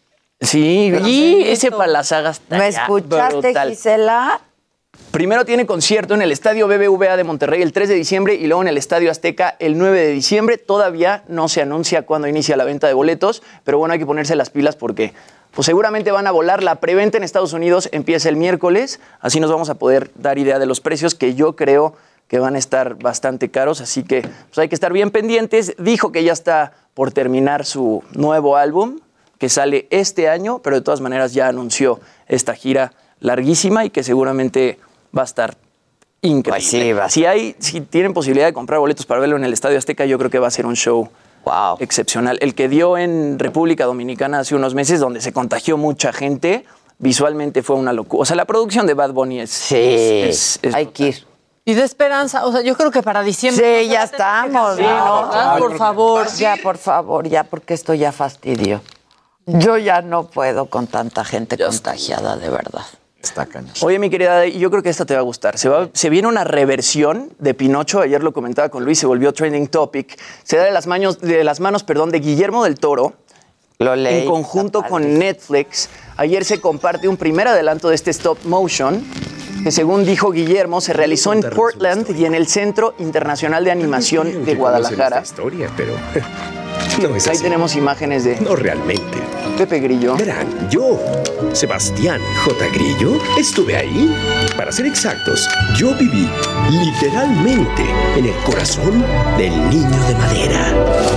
Sí, y ese para las sagas. ¿Me escuchaste, brutal. Gisela? Primero tiene concierto en el Estadio BBVA de Monterrey el 3 de diciembre y luego en el Estadio Azteca el 9 de diciembre. Todavía no se anuncia cuándo inicia la venta de boletos, pero bueno, hay que ponerse las pilas porque pues seguramente van a volar. La preventa en Estados Unidos empieza el miércoles, así nos vamos a poder dar idea de los precios que yo creo que van a estar bastante caros, así que pues hay que estar bien pendientes. Dijo que ya está por terminar su nuevo álbum, que sale este año, pero de todas maneras ya anunció esta gira larguísima y que seguramente va a estar increíble. Pues sí, si tienen posibilidad de comprar boletos para verlo en el Estadio Azteca, yo creo que va a ser un show excepcional. El que dio en República Dominicana hace unos meses, donde se contagió mucha gente, visualmente fue una locura. O sea, la producción de Bad Bunny es hay que ir. Y de esperanza, o sea, yo creo que para diciembre... Sí, ya estamos, ¿no? Por favor. Ya, por favor, ya, porque esto ya fastidió. Yo ya no puedo con tanta gente contagiada, de verdad. Está cañón. Oye, mi querida, yo creo que esta te va a gustar. Se viene una reversión de Pinocho. Ayer lo comentaba con Luis, se volvió trending topic. Se da de las manos de Guillermo del Toro. Lo leí, en conjunto con Netflix. Ayer se comparte un primer adelanto de este stop motion que, según dijo Guillermo, se realizó en Portland y en el Centro Internacional de Animación de Guadalajara. Historia, pero no es Ahí así. tenemos imágenes de... No realmente. Pepe Grillo. Verán, yo, Sebastián J. Grillo, estuve ahí. Para ser exactos, yo viví literalmente en el corazón del niño de madera.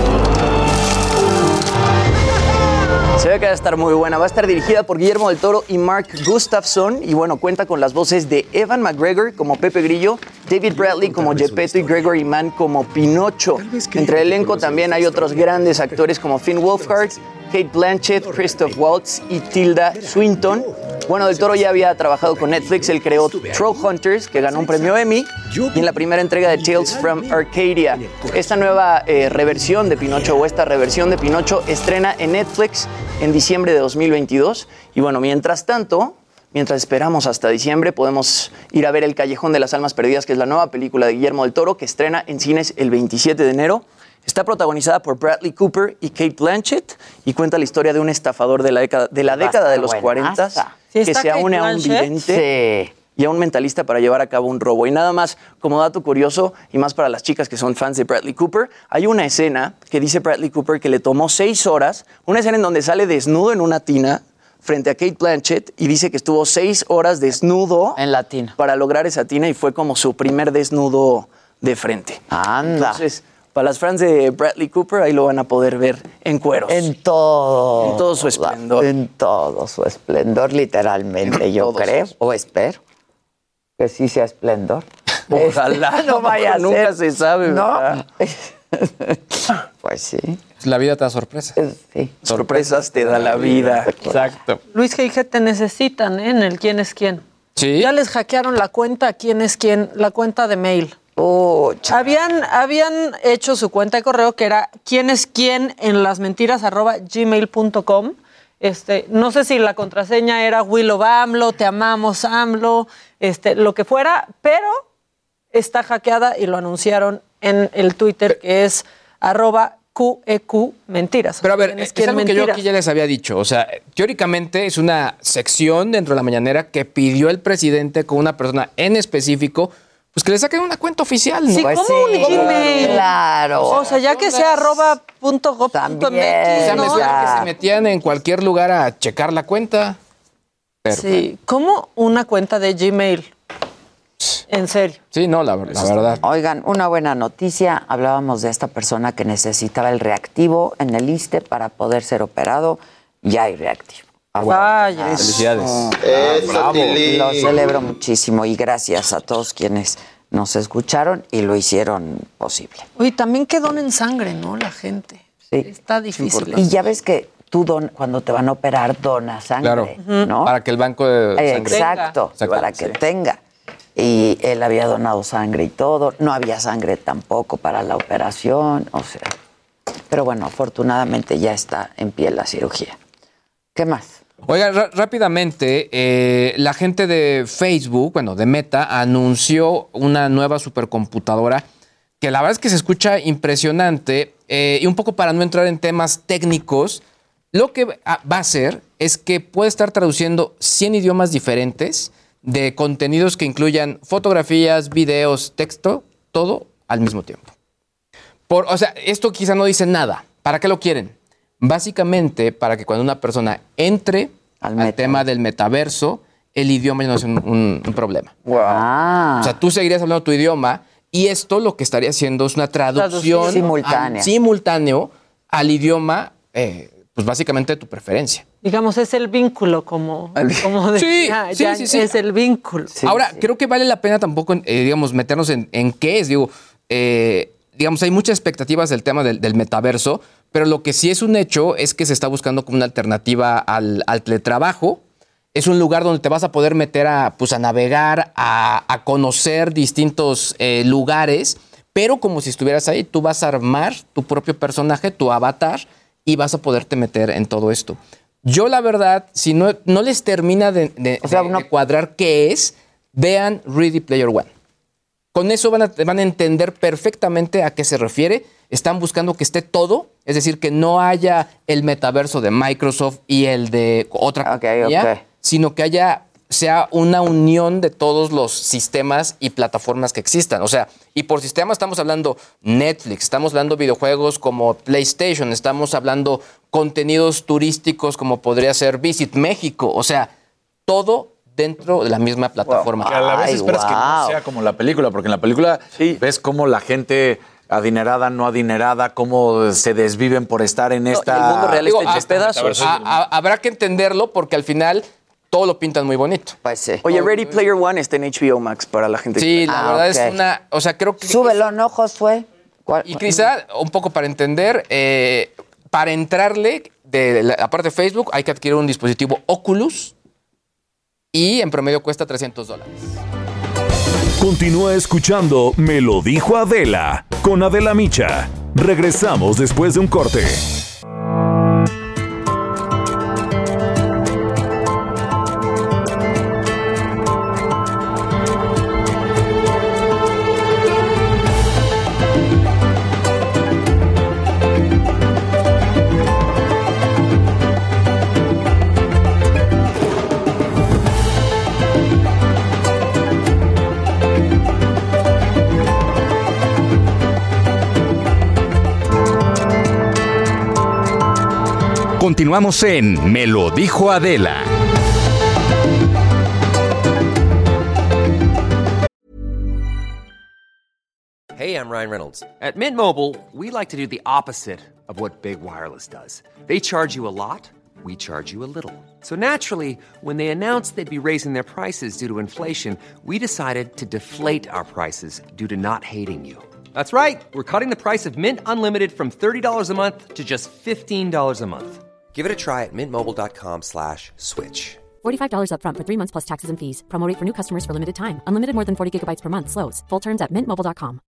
Se ve que va a estar muy buena. Va a estar dirigida por Guillermo del Toro y Mark Gustafson. Y bueno, cuenta con las voces de Evan McGregor como Pepe Grillo, David Bradley como Geppetto y Gregory Mann como Pinocho. Entre el elenco también hay otros grandes actores como Finn Wolfhard, Kate Blanchett, Christoph Waltz y Tilda Swinton. Bueno, Del Toro ya había trabajado con Netflix. Él creó Trollhunters, que ganó un premio Emmy, y en la primera entrega de Tales from Arcadia. Esta nueva reversión de Pinocho, o esta reversión de Pinocho, estrena en Netflix en diciembre de 2022. Y bueno, mientras tanto, mientras esperamos hasta diciembre, podemos ir a ver El Callejón de las Almas Perdidas, que es la nueva película de Guillermo del Toro, que estrena en cines el 27 de enero. Está protagonizada por Bradley Cooper y Kate Blanchett y cuenta la historia de un estafador de la década de los 40 que se une a un vidente y a un mentalista para llevar a cabo un robo. Y nada más, como dato curioso, y más para las chicas que son fans de Bradley Cooper, hay una escena que dice Bradley Cooper que le tomó 6 horas, una escena en donde sale desnudo en una tina frente a Kate Blanchett y dice que estuvo 6 horas desnudo en la tina para lograr esa tina y fue como su primer desnudo de frente. Anda. Entonces, Para las fans de Bradley Cooper, ahí lo van a poder ver en cueros. En todo su esplendor. En todo su esplendor, literalmente, yo creo, o espero que sí sea esplendor. Ojalá, no vaya a ser. Nunca se sabe, ¿verdad? Pues sí. La vida te da sorpresas. Sí. Sorpresas te da la vida. Exacto. Luis G.I.G. te necesitan, ¿eh? En el quién es quién. Sí. Ya les hackearon la cuenta quién es quién, la cuenta de mail. Habían hecho su cuenta de correo que era quién es quién en lasmentiras@gmail.com. No sé si la contraseña era We Love AMLO, Te amamos AMLO, lo que fuera, pero está hackeada y lo anunciaron en el Twitter que es @QEQ Mentiras. Pero a ver, es algo que yo aquí ya les había dicho. O sea, teóricamente es una sección dentro de la mañanera que pidió el presidente con una persona en específico, pues que le saquen una cuenta oficial, ¿no? Sí, Pues ¿cómo un Gmail? Claro. O sea, ya que sea @.gov.mx, O sea, me suena que se metían en cualquier lugar a checar la cuenta. Pero, sí, ¿cómo una cuenta de Gmail? En serio. Sí, no, la verdad. Oigan, una buena noticia. Hablábamos de esta persona que necesitaba el reactivo en el ISSSTE para poder ser operado. Ya hay reactivo. Vaya. Felicidades. Eso, Tili. Lo celebro muchísimo y gracias a todos quienes nos escucharon y lo hicieron posible. Oye, también que donen sangre, ¿no? La gente. Sí. Está difícil. Y ya ves que tú cuando te van a operar donas sangre, Claro. ¿no? Para que el banco de sangre... Exacto, para que tenga. Y él había donado sangre y todo. No había sangre tampoco para la operación, o sea. Pero bueno, afortunadamente ya está en pie la cirugía. ¿Qué más? Oiga, rápidamente, la gente de Facebook, bueno, de Meta, anunció una nueva supercomputadora que la verdad es que se escucha impresionante y un poco para no entrar en temas técnicos, lo que va a hacer es que puede estar traduciendo 100 idiomas diferentes de contenidos que incluyan fotografías, videos, texto, todo al mismo tiempo. O sea, esto quizá no dice nada. ¿Para qué lo quieren? Básicamente para que cuando una persona entre al tema del metaverso, el idioma ya no es un problema. Wow. O sea, tú seguirías hablando tu idioma y esto lo que estaría haciendo es una traducción simultáneo al idioma, pues básicamente de tu preferencia. Digamos, es el vínculo, como decía, sí. es el vínculo. Ahora, creo que vale la pena tampoco, digamos, meternos en qué es. Digo, digamos, hay muchas expectativas del tema del metaverso, pero lo que sí es un hecho es que se está buscando como una alternativa al teletrabajo. Es un lugar donde te vas a poder meter a navegar, a conocer distintos lugares, pero como si estuvieras ahí, tú vas a armar tu propio personaje, tu avatar, y vas a poderte meter en todo esto. Yo, la verdad, si no les termina de cuadrar qué es, vean Ready Player One. Con eso van a entender perfectamente a qué se refiere. Están buscando que esté todo, es decir, que no haya el metaverso de Microsoft y el de otra compañía, sino que sea una unión de todos los sistemas y plataformas que existan. O sea, y por sistema estamos hablando Netflix, estamos hablando videojuegos como PlayStation, estamos hablando contenidos turísticos como podría ser Visit México. O sea, todo dentro de la misma plataforma. Que a la vez esperas que no sea como la película, porque en la película ves cómo la gente adinerada, no adinerada, cómo se desviven por estar en esta... el mundo real está hecho pedazos. Habrá que entenderlo porque al final todo lo pintan muy bonito. Pues sí. Oye, Ready Player One está en HBO Max para la gente. Sí, la verdad es una... O sea, creo que... Súbelo, ¿no, Josué? Y quizá, un poco para entender, para entrarle de la parte de Facebook hay que adquirir un dispositivo Oculus y en promedio cuesta $300. Continúa escuchando Me lo dijo Adela con Adela Micha. Regresamos después de un corte. Continuamos en Me lo dijo Adela. Hey, I'm Ryan Reynolds. At Mint Mobile, we like to do the opposite of what Big Wireless does. They charge you a lot, we charge you a little. So naturally, when they announced they'd be raising their prices due to inflation, we decided to deflate our prices due to not hating you. That's right. We're cutting the price of Mint Unlimited from $30 a month to just $15 a month. Give it a try at mintmobile.com/switch. $45 up front for 3 months plus taxes and fees. Promo rate for new customers for limited time. Unlimited more than 40 gigabytes per month. Slows full terms at mintmobile.com.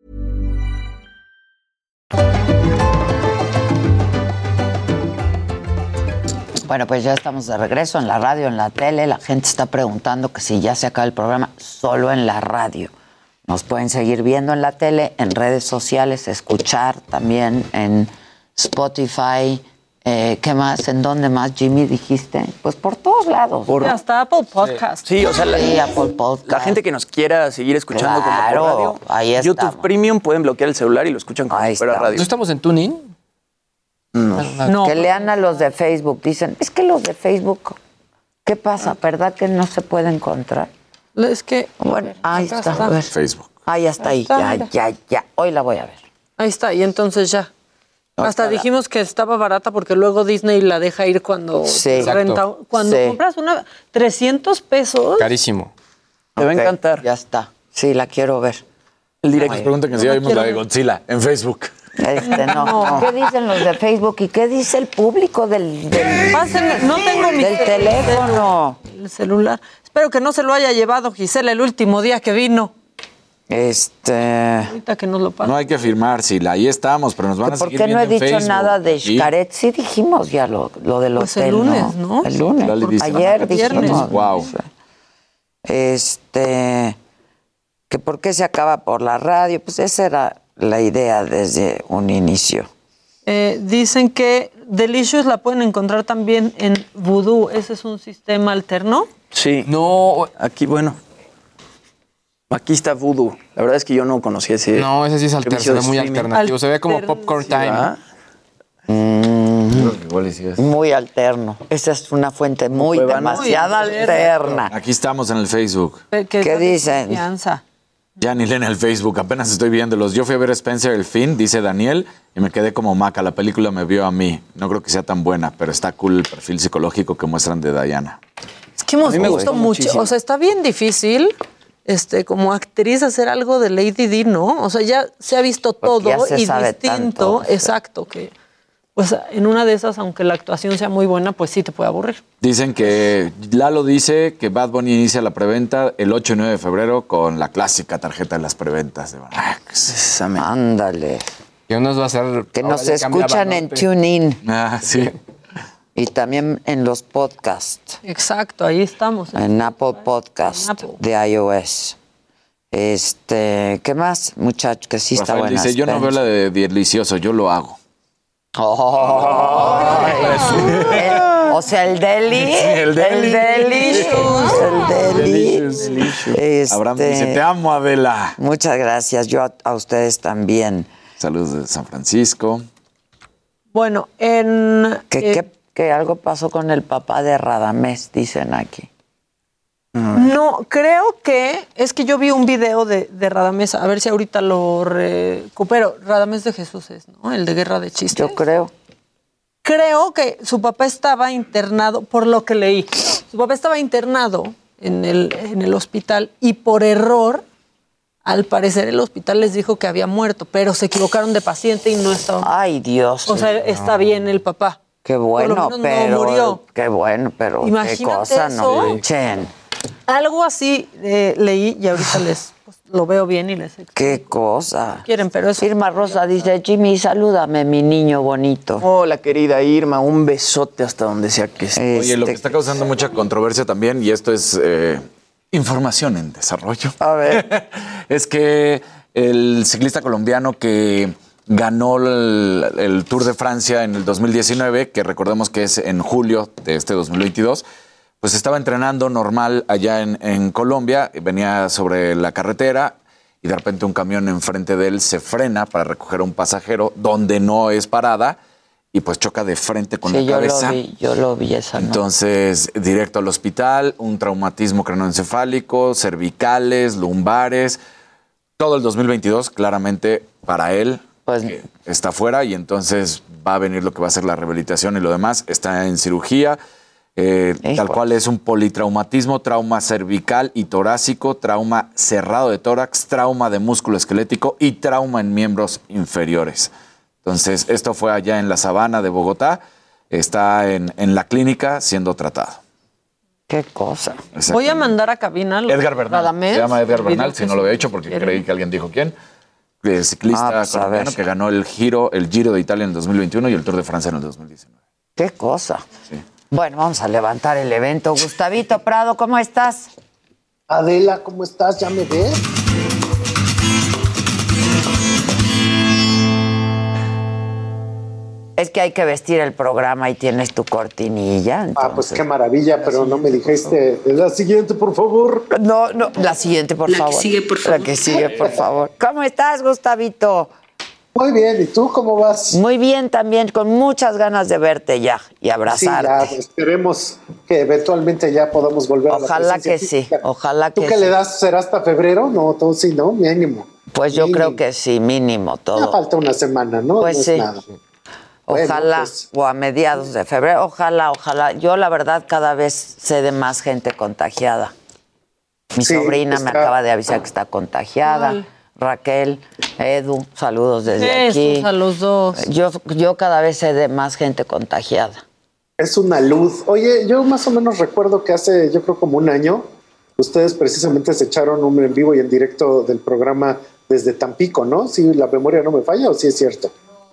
Bueno, pues ya estamos de regreso en la radio, en la tele. La gente está preguntando que si ya se acaba el programa, solo en la radio. Nos pueden seguir viendo en la tele, en redes sociales, escuchar también en Spotify. ¿Qué más? ¿En dónde más, Jimmy, dijiste? Pues por todos lados. Y hasta Apple Podcast. Sí, o sea, Apple Podcast. La gente que nos quiera seguir escuchando como por radio, ahí YouTube estamos. Premium, pueden bloquear el celular y lo escuchan como si fuera radio. ¿No estamos en TuneIn? No. Que lean a los de Facebook. Dicen, es que los de Facebook, ¿qué pasa? ¿Verdad que no se puede encontrar? Es que... Bueno, ahí está. A ver. Facebook. Ahí está, ahí. Ya. Hoy la voy a ver. Ahí está, y entonces ya. Hasta dijimos que estaba barata porque luego Disney la deja ir cuando renta. Cuando compras una... $300. Carísimo. Te va a encantar. Ya está. Sí, la quiero ver. El directo. Nos preguntan que si ya vimos la de Godzilla en Facebook. No. ¿Qué dicen los de Facebook y qué dice el público del no tengo mi del teléfono? El celular. Espero que no se lo haya llevado Gisela el último día que vino. Ahorita que nos lo pase. No hay que firmar, Sila. Ahí estamos, pero nos van a seguir viendo en Facebook. ¿Por qué no he dicho nada de Xcaret? Sí dijimos ya lo del pues hotel, el lunes, ¿no? El lunes. Ayer dijimos. Wow. Que por qué se acaba por la radio. Pues esa era la idea desde un inicio. Dicen que Delicious la pueden encontrar también en Vudu. ¿Ese es un sistema alterno? Sí. No. Aquí, bueno. Aquí está Vudu. La verdad es que yo no conocía ese. No, ese sí es alterno, muy alternativo. Se ve como Popcorn Time. Muy alterno. Esa es una fuente demasiado alterna. Aquí estamos en el Facebook. ¿Qué dicen? Ya ni leen el Facebook, apenas estoy viéndolos. Yo fui a ver Spencer el fin, dice Daniel, y me quedé como maca. La película me vio a mí. No creo que sea tan buena, pero está cool el perfil psicológico que muestran de Diana. Es que hemos visto mucho. O sea, está bien difícil como actriz hacer algo de Lady Di, ¿no? O sea, ya se ha visto todo y distinto. Tanto, exacto, que pues en una de esas, aunque la actuación sea muy buena, pues sí te puede aburrir. Dicen que Lalo dice que Bad Bunny inicia la preventa el 8 y 9 de febrero con la clásica tarjeta de las preventas de Banamex. Ándale. ¿Qué nos va a hacer? Que nos escuchan en TuneIn. Sí. Y también en los podcasts. Exacto, ahí estamos. En Apple Podcast de iOS. ¿Qué más, muchachos? Que sí está buena. Dice, yo no veo la de Delicioso, yo lo hago. O sea, el Deli. El Delicious. Abraham dice, te amo, Adela. Muchas gracias, yo a ustedes también. Saludos de San Francisco. Bueno, que algo pasó con el papá de Radamés, dicen aquí. No, creo que es que yo vi un video de Radamés, a ver si ahorita lo recupero. Radamés de Jesús es, ¿no? El de Guerra de Chistes. Yo creo. Creo que su papá estaba internado, por lo que leí. Su papá estaba internado en el hospital y por error, al parecer el hospital les dijo que había muerto, pero se equivocaron de paciente y no estaba. Ay, Dios. O sea, está bien el papá. Qué bueno, pero no murió. Qué bueno, pero imagínate qué cosa, eso, no manchen. Algo así leí y ahorita lo veo bien y les explico. Qué cosa. Quieren, pero eso. Irma Rosa dice, Jimmy, salúdame, mi niño bonito. Hola, querida Irma, un besote hasta donde sea que esté. Oye, lo que está causando mucha controversia también, y esto es información en desarrollo. A ver. Es que el ciclista colombiano que ganó el Tour de Francia en el 2019, que recordemos que es en julio de este 2022, pues estaba entrenando normal allá en Colombia, venía sobre la carretera y de repente un camión enfrente de él se frena para recoger a un pasajero donde no es parada y pues choca de frente con la cabeza. Yo lo vi esa noche. Entonces, directo al hospital, un traumatismo craneoencefálico, cervicales, lumbares. todo el 2022, claramente, para él pues, está fuera y entonces va a venir lo que va a ser la rehabilitación y lo demás. Está en cirugía, tal cual es un politraumatismo, trauma cervical y torácico, trauma cerrado de tórax, trauma de músculo esquelético y trauma en miembros inferiores. Entonces, esto fue allá en la Sabana de Bogotá. Está en la clínica siendo tratado. Qué cosa. Voy a mandar a cabina Edgar Bernal. Se llama Edgar Bernal, si no lo había hecho porque creí que alguien dijo quién. Ciclista colombiano que ganó el Giro de Italia en el 2021 y el Tour de Francia en el 2019. Qué cosa. Sí. Bueno, vamos a levantar el evento. Gustavito Prado, ¿cómo estás? Adela, ¿cómo estás? ¿Ya me ves? Es que hay que vestir el programa y tienes tu cortinilla. Entonces... pues qué maravilla, pero no me dijiste. La siguiente, por favor. No, la siguiente, por favor. La que sigue, por favor. La que sigue, por favor. ¿Cómo estás, Gustavito? Muy bien, ¿y tú cómo vas? Muy bien también, con muchas ganas de verte ya y abrazarte. Sí, ya, esperemos que eventualmente ya podamos volver a la Ojalá que sí, ojalá que sí. ¿Tú qué le das? ¿Será hasta febrero? No, todo sí, ¿no? Mínimo. Pues yo creo que sí, mínimo todo. Ya falta una semana, ¿no? Pues no sí. Es nada. Ojalá, bueno, pues, o a mediados de febrero, ojalá. Yo, la verdad, cada vez sé de más gente contagiada. Mi sobrina me acaba de avisar que está contagiada. Ay. Raquel, Edu, saludos desde aquí. A los dos. Yo cada vez sé de más gente contagiada. Es una luz. Oye, yo más o menos recuerdo que hace, yo creo como un año, ustedes precisamente se echaron un en vivo y en directo del programa desde Tampico, ¿no? Si la memoria no me falla, ¿o sí es cierto?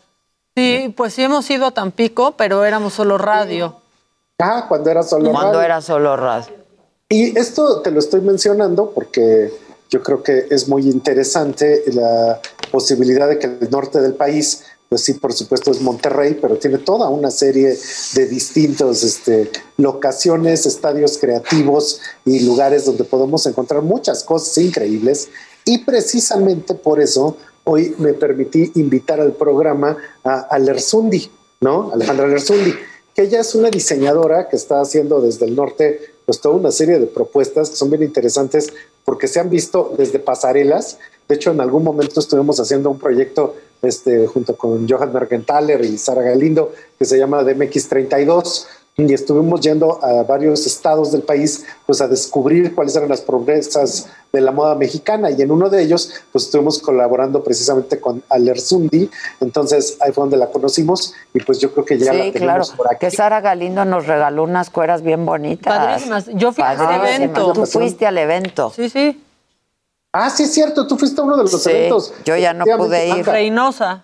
Sí, pues sí hemos ido a Tampico, pero éramos solo radio. Ah, cuando era solo radio. Cuando era solo radio. Y esto te lo estoy mencionando porque yo creo que es muy interesante la posibilidad de que el norte del país, pues sí, por supuesto es Monterrey, pero tiene toda una serie de distintos locaciones, estadios creativos y lugares donde podemos encontrar muchas cosas increíbles. Y precisamente por eso hoy me permití invitar al programa a Lersundi, ¿no? Alejandra Lersundi, que ella es una diseñadora que está haciendo desde el norte pues toda una serie de propuestas que son bien interesantes porque se han visto desde pasarelas. De hecho, en algún momento estuvimos haciendo un proyecto junto con Johan Mergenthaler y Sara Galindo que se llama DMX32 y estuvimos yendo a varios estados del país pues a descubrir cuáles eran las promesas de la moda mexicana y en uno de ellos pues estuvimos colaborando precisamente con Lersundi, entonces ahí fue donde la conocimos y pues yo creo que ya la tenemos por aquí. Que Sara Galindo nos regaló unas cueras bien bonitas. Padrísimas. Yo fui al evento. Tú fuiste al evento. Sí, sí. Ah, sí es cierto, tú fuiste a uno de los eventos. Yo ya no pude ir. Reynosa.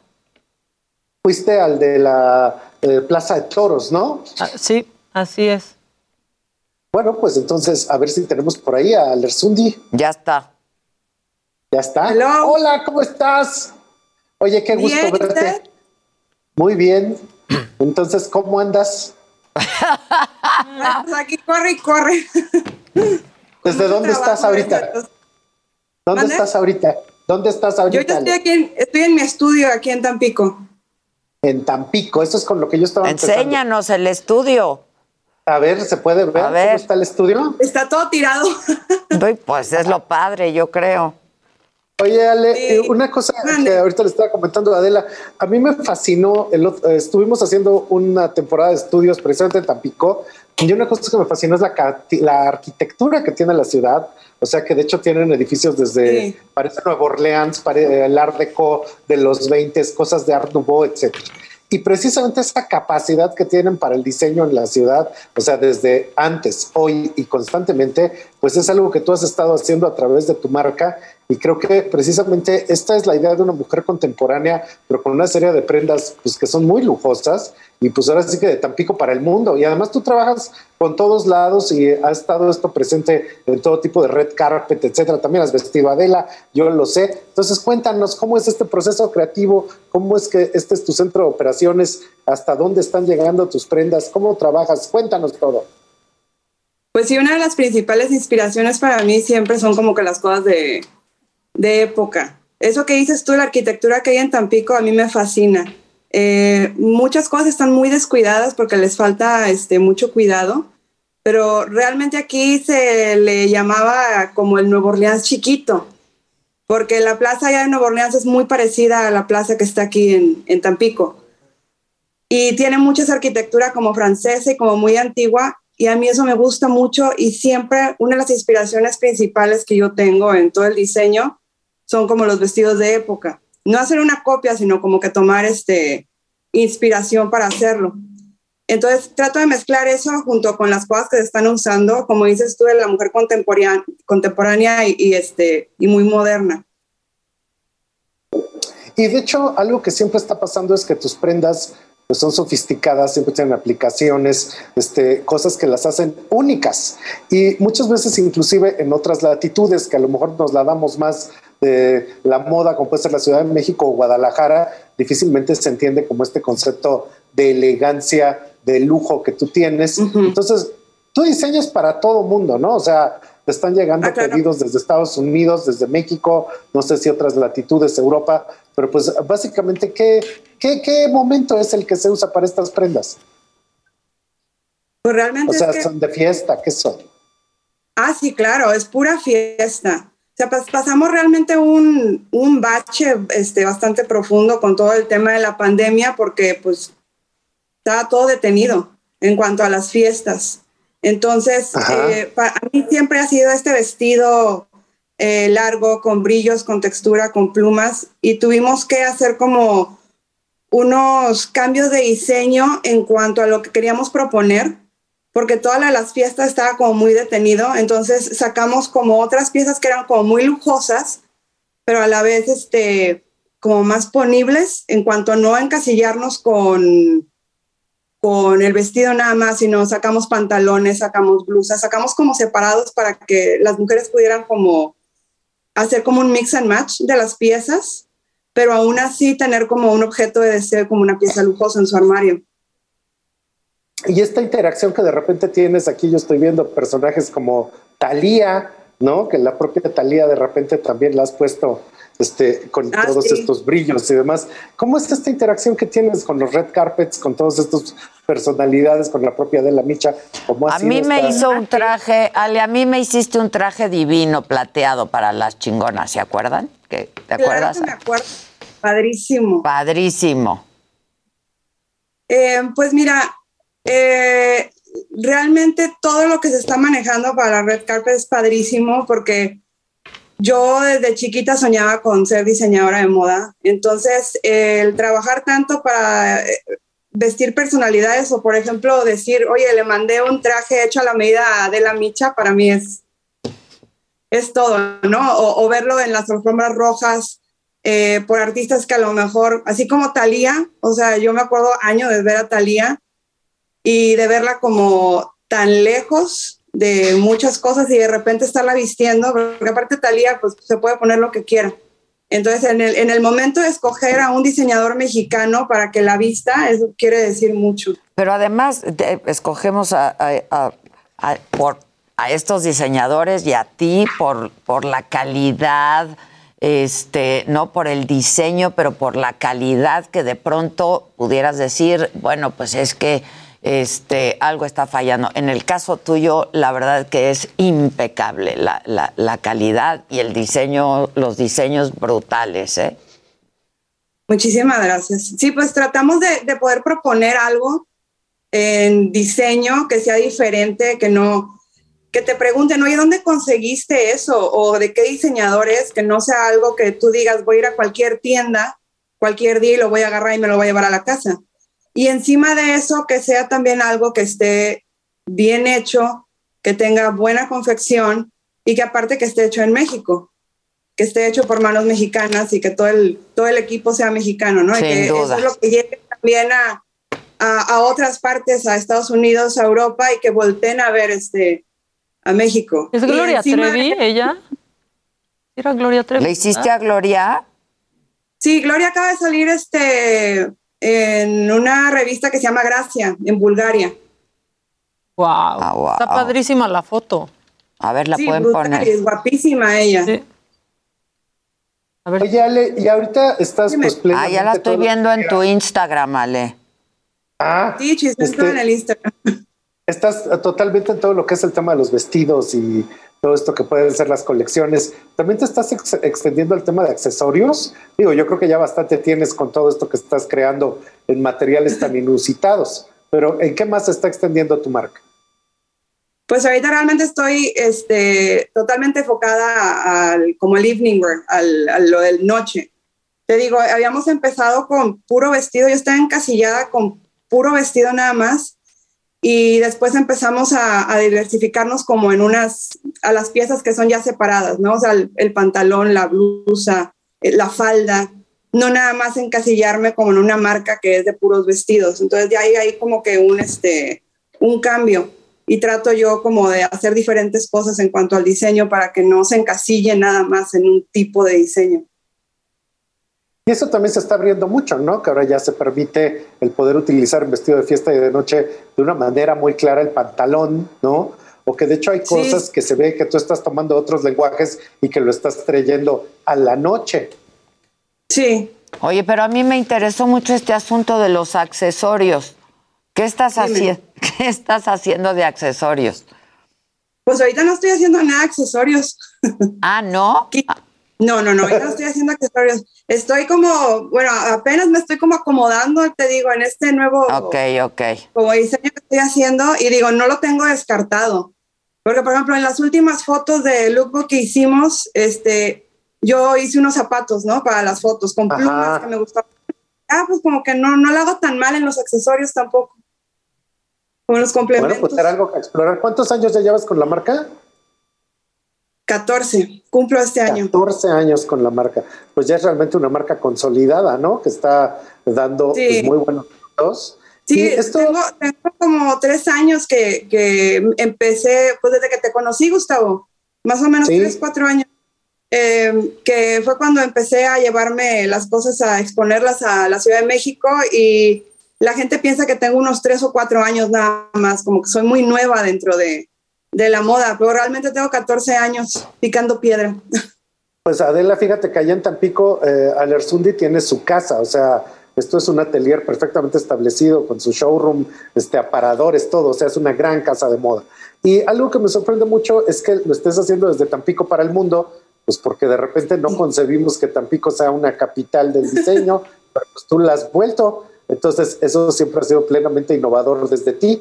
Fuiste al de la Plaza de Toros, ¿no? Sí, así es. Bueno, pues entonces a ver si tenemos por ahí a Lersundi. Ya está. ¿Ya está? Hello. Hola, ¿cómo estás? Oye, qué gusto bien, verte. ¿usted? Muy bien. Entonces, ¿cómo andas? Pues aquí corre y corre. ¿Desde dónde estás ahorita? ¿Dónde estás ahorita? ¿Dónde estás ahorita? Yo estoy aquí, estoy en mi estudio aquí en Tampico. En Tampico, eso es con lo que yo estaba Enséñanos el estudio. A ver, ¿se puede ver cómo está el estudio? Está todo tirado. Pues es lo padre, yo creo. Oye, Ale, una cosa que ahorita le estaba comentando a Adela, a mí me fascinó, estuvimos haciendo una temporada de estudios precisamente en Tampico, y una cosa que me fascinó es la arquitectura que tiene la ciudad, o sea que de hecho tienen edificios desde, parece Nueva Orleans, el Art Deco de los 20, cosas de Art Nouveau, etcétera. Y precisamente esa capacidad que tienen para el diseño en la ciudad, o sea, desde antes, hoy y constantemente, pues es algo que tú has estado haciendo a través de tu marca. Y creo que precisamente esta es la idea de una mujer contemporánea, pero con una serie de prendas pues, que son muy lujosas y pues ahora sí que de Tampico para el mundo. Y además tú trabajas con todos lados y ha estado esto presente en todo tipo de red carpet, etcétera. También has vestido a Adela, yo lo sé. Entonces cuéntanos cómo es este proceso creativo, cómo es que este es tu centro de operaciones, hasta dónde están llegando tus prendas, cómo trabajas, cuéntanos todo. Pues sí, una de las principales inspiraciones para mí siempre son como que las cosas de época. Eso que dices tú, la arquitectura que hay en Tampico, a mí me fascina. Muchas cosas están muy descuidadas porque les falta mucho cuidado, pero realmente aquí se le llamaba como el Nueva Orleans chiquito. porque la plaza allá de Nueva Orleans es muy parecida a la plaza que está aquí en Tampico. Y tiene mucha arquitectura como francesa y como muy antigua, y a mí eso me gusta mucho, y siempre una de las inspiraciones principales que yo tengo en todo el diseño son como los vestidos de época. No hacer una copia, sino como que tomar inspiración para hacerlo. Entonces trato de mezclar eso junto con las cosas que se están usando, como dices tú, de la mujer contemporánea y muy moderna. Y de hecho, algo que siempre está pasando es que tus prendas pues son sofisticadas, siempre tienen aplicaciones, cosas que las hacen únicas. Y muchas veces, inclusive en otras latitudes, que a lo mejor nos la damos más de la moda, como puede ser la Ciudad de México o Guadalajara, difícilmente se entiende como este concepto de elegancia, de lujo que tú tienes. Entonces, tú diseñas para todo mundo, ¿no? O sea, te están llegando pedidos desde Estados Unidos, desde México, no sé si otras latitudes, Europa, pero pues básicamente, ¿qué momento es el que se usa para estas prendas? Pues realmente o sea, ¿son de fiesta? ¿Qué son? Ah, sí, claro, es pura fiesta. O sea, pasamos realmente un bache bastante profundo con todo el tema de la pandemia, porque pues estaba todo detenido en cuanto a las fiestas. Entonces, para mí siempre ha sido este vestido largo, con brillos, con textura, con plumas, y tuvimos que hacer como unos cambios de diseño en cuanto a lo que queríamos proponer, porque todas las fiestas estaba como muy detenido. Entonces sacamos como otras piezas que eran como muy lujosas, pero a la vez como más ponibles en cuanto a no encasillarnos con el vestido nada más, sino sacamos pantalones, sacamos blusas, sacamos como separados para que las mujeres pudieran como hacer como un mix and match de las piezas, pero aún así tener como un objeto de deseo, como una pieza lujosa en su armario. Y esta interacción que de repente tienes aquí, yo estoy viendo personajes como Thalía, ¿no? Que la propia Thalía de repente también la has puesto con todos estos brillos y demás. ¿Cómo es esta interacción que tienes con los red carpets, con todas estas personalidades, con la propia Adela Micha? A mí me hizo un traje, Ale, a mí me hiciste un traje divino plateado para las chingonas, ¿se acuerdan? ¿Te acuerdas? Claro que me acuerdo. Padrísimo. Padrísimo. Pues mira, realmente todo lo que se está manejando para la red carpet es padrísimo, porque yo desde chiquita soñaba con ser diseñadora de moda. Entonces, el trabajar tanto para vestir personalidades, o por ejemplo decir, oye, le mandé un traje hecho a la medida a Adela Micha, para mí es todo, ¿no? O verlo en las alfombras rojas por artistas que a lo mejor, así como Thalía, o sea, yo me acuerdo años de ver a Thalía y de verla como tan lejos de muchas cosas y de repente estarla vistiendo, porque aparte Thalía pues se puede poner lo que quiera. Entonces en el momento de escoger a un diseñador mexicano para que la vista, eso quiere decir mucho. Pero además escogemos a estos diseñadores y a ti por la calidad, no por el diseño, pero por la calidad, que de pronto pudieras decir, bueno, pues es que algo está fallando. En el caso tuyo, la verdad que es impecable la calidad y el diseño, los diseños brutales, ¿eh? Muchísimas gracias. Sí, pues tratamos de poder proponer algo en diseño que sea diferente, que te pregunten, oye, ¿dónde conseguiste eso? O de qué diseñador es, que no sea algo que tú digas, voy a ir a cualquier tienda, cualquier día y lo voy a agarrar y me lo voy a llevar a la casa. Y encima de eso, que sea también algo que esté bien hecho, que tenga buena confección y que aparte que esté hecho en México, que esté hecho por manos mexicanas y que todo el equipo sea mexicano, ¿no? Sin y que duda. eso es lo que llegue también a otras partes, a Estados Unidos, a Europa, y que volteen a ver a México. ¿Es Gloria Trevi, ella? ¿Era Gloria Trevi? ¿Le hiciste a Gloria? Sí, Gloria acaba de salir en una revista que se llama Gracia, en Bulgaria. Wow. Está padrísima la foto. A ver, la sí, pueden brutal, poner. Es guapísima ella. Sí. A ver. Oye, Ale, y ahorita estás pues plenamente... ya la estoy viendo en tu Instagram, Ale. Sí, chismento en el Instagram. Estás totalmente en todo lo que es el tema de los vestidos y todo esto que pueden ser las colecciones. ¿También te estás extendiendo al tema de accesorios? Digo, yo creo que ya bastante tienes con todo esto que estás creando en materiales tan inusitados, pero ¿en qué más se está extendiendo tu marca? Pues ahorita realmente estoy totalmente enfocada como el evening wear, a lo del noche. Te digo, habíamos empezado con puro vestido, yo estaba encasillada con puro vestido nada más, y después empezamos a diversificarnos como a las piezas que son ya separadas, ¿no? O sea, el pantalón, la blusa, la falda, no nada más encasillarme como en una marca que es de puros vestidos. Entonces ya hay como que un cambio, y trato yo como de hacer diferentes cosas en cuanto al diseño para que no se encasille nada más en un tipo de diseño. Y eso también se está abriendo mucho, ¿no? Que ahora ya se permite el poder utilizar en vestido de fiesta y de noche de una manera muy clara el pantalón, ¿no? O que de hecho hay cosas que se ve que tú estás tomando otros lenguajes y que lo estás trayendo a la noche. Sí. Oye, pero a mí me interesó mucho este asunto de los accesorios. ¿Qué estás haciendo de accesorios? Pues ahorita no estoy haciendo nada de accesorios. Ah, ¿no? No, ahorita no estoy haciendo accesorios. Estoy apenas me estoy como acomodando, te digo, en este nuevo como diseño que estoy haciendo, y digo, no lo tengo descartado. Porque, por ejemplo, en las últimas fotos de lookbook que hicimos, yo hice unos zapatos, ¿no? Para las fotos, con plumas que me gustaban. Pues como que no lo hago tan mal en los accesorios tampoco. Con los complementos. Bueno, pues era algo que explorar. ¿Cuántos años ya llevas con la marca? 14, cumplo este año. 14 años con la marca. Pues ya es realmente una marca consolidada, ¿no? Que está dando pues, muy buenos frutos. Sí, tengo como 3 años que empecé, pues desde que te conocí, Gustavo, más o menos 3, 4 años, que fue cuando empecé a llevarme las cosas, a exponerlas a la Ciudad de México, y la gente piensa que tengo unos 3 o 4 años nada más, como que soy muy nueva dentro de la moda, pero realmente tengo 14 años picando piedra. Pues Adela, fíjate que allá en Tampico, Alersundi tiene su casa, o sea, esto es un atelier perfectamente establecido con su showroom, aparadores, todo, o sea, es una gran casa de moda. Y algo que me sorprende mucho es que lo estés haciendo desde Tampico para el mundo, pues porque de repente no concebimos que Tampico sea una capital del diseño, pero pues tú la has vuelto, entonces eso siempre ha sido plenamente innovador desde ti.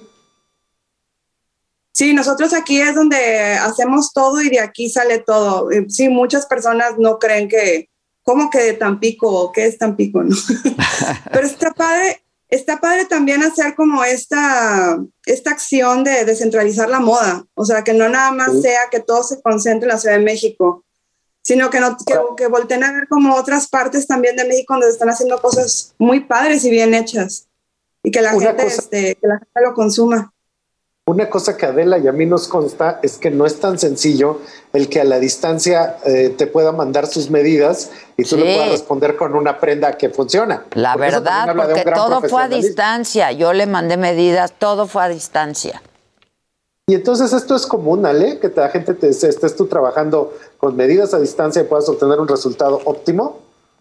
Sí, nosotros aquí es donde hacemos todo y de aquí sale todo. Sí, muchas personas no creen que, ¿cómo que de Tampico o qué es Tampico? ¿No? Pero está padre también hacer como esta acción de descentralizar la moda. O sea, que no nada más sea que todo se concentre en la Ciudad de México, sino que volteen a ver como otras partes también de México donde están haciendo cosas muy padres y bien hechas, y que la gente lo consuma. Una cosa que Adela y a mí nos consta es que no es tan sencillo el que a la distancia te pueda mandar sus medidas y tú le puedas responder con una prenda que funciona. La verdad, porque todo fue a distancia. Yo le mandé medidas, todo fue a distancia. Y entonces esto es común, Ale, que la gente estés tú trabajando con medidas a distancia y puedas obtener un resultado óptimo.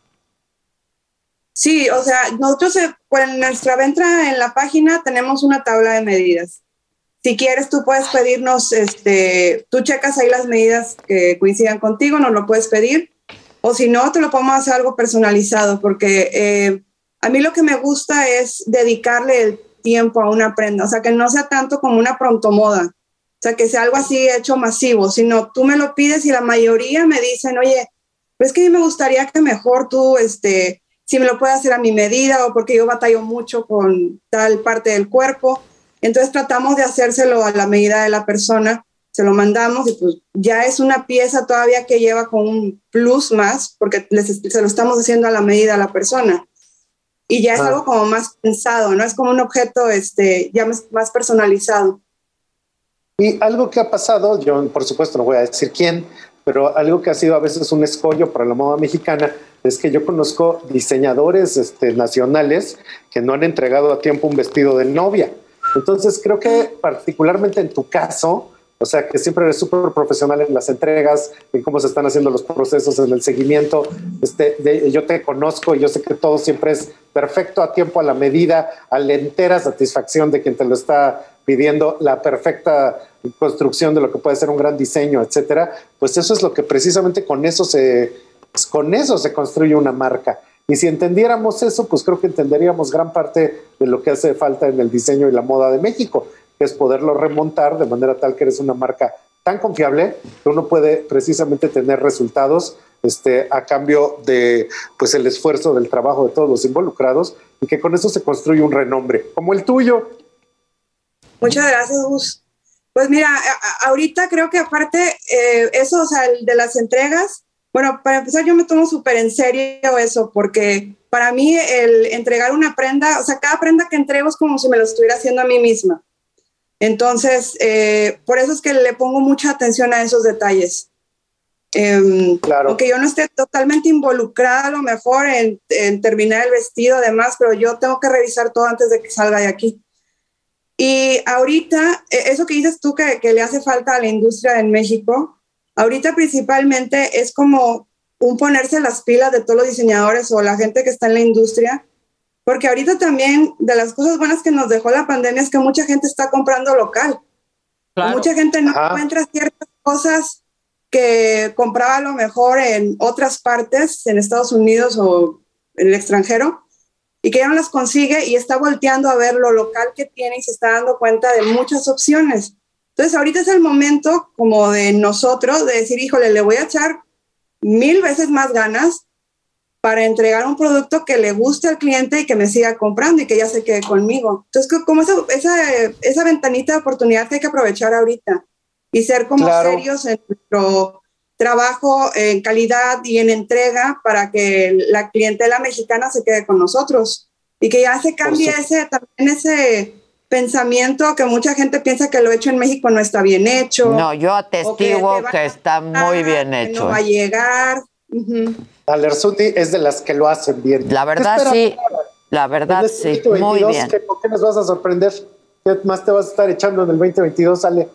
Sí, o sea, nosotros en nuestra venta en la página tenemos una tabla de medidas. Si quieres, tú puedes pedirnos, tú checas ahí las medidas que coincidan contigo, nos lo puedes pedir, o si no, te lo podemos hacer algo personalizado, porque a mí lo que me gusta es dedicarle el tiempo a una prenda, o sea, que no sea tanto como una pronto moda, o sea, que sea algo así hecho masivo, sino tú me lo pides y la mayoría me dicen, oye, pues es que a mí me gustaría que mejor tú, si me lo puedes hacer a mi medida, o porque yo batallo mucho con tal parte del cuerpo. Entonces tratamos de hacérselo a la medida de la persona, se lo mandamos y pues ya es una pieza todavía que lleva con un plus más, porque se lo estamos haciendo a la medida de la persona. Y ya es algo como más pensado, ¿no? Es como un objeto ya más personalizado. Y algo que ha pasado, yo por supuesto no voy a decir quién, pero algo que ha sido a veces un escollo para la moda mexicana es que yo conozco diseñadores nacionales que no han entregado a tiempo un vestido de novia. Entonces creo que particularmente en tu caso, o sea que siempre eres súper profesional en las entregas, en cómo se están haciendo los procesos, en el seguimiento, yo te conozco y yo sé que todo siempre es perfecto, a tiempo, a la medida, a la entera satisfacción de quien te lo está pidiendo la perfecta construcción de lo que puede ser un gran diseño, etcétera, pues eso es lo que precisamente con eso se construye una marca. Y si entendiéramos eso, pues creo que entenderíamos gran parte de lo que hace falta en el diseño y la moda de México, que es poderlo remontar de manera tal que eres una marca tan confiable que uno puede precisamente tener resultados a cambio de pues el esfuerzo del trabajo de todos los involucrados, y que con eso se construye un renombre, como el tuyo. Muchas gracias, Gus. Pues mira, ahorita creo que aparte eso, o sea, el de las entregas, bueno, para empezar yo me tomo súper en serio eso, porque para mí el entregar una prenda, o sea, cada prenda que entrego es como si me lo estuviera haciendo a mí misma. Entonces, por eso es que le pongo mucha atención a esos detalles. Claro. Aunque yo no esté totalmente involucrada a lo mejor en terminar el vestido, además, pero yo tengo que revisar todo antes de que salga de aquí. Y ahorita, eso que dices tú que le hace falta a la industria en México, ahorita principalmente es como un ponerse las pilas de todos los diseñadores o la gente que está en la industria, porque ahorita también de las cosas buenas que nos dejó la pandemia es que mucha gente está comprando local. Claro. Mucha gente no encuentra ciertas cosas que compraba a lo mejor en otras partes, en Estados Unidos o en el extranjero, y que ya no las consigue y está volteando a ver lo local que tiene y se está dando cuenta de muchas opciones. Entonces ahorita es el momento como de nosotros de decir, híjole, le voy a echar 1000 veces más ganas para entregar un producto que le guste al cliente y que me siga comprando y que ya se quede conmigo. Entonces como esa ventanita de oportunidad que hay que aprovechar ahorita y ser como serios en nuestro trabajo, en calidad y en entrega para que la clientela mexicana se quede con nosotros y que ya se cambie ese pensamiento que mucha gente piensa que lo hecho en México no está bien hecho. No, yo atestiguo que está muy bien hecho. Que no va a llegar. Alerzundi es de las que lo hacen bien. La verdad sí, la verdad sí, muy bien. ¿Por qué nos vas a sorprender? ¿Qué más te vas a estar echando en el 2022, Ale?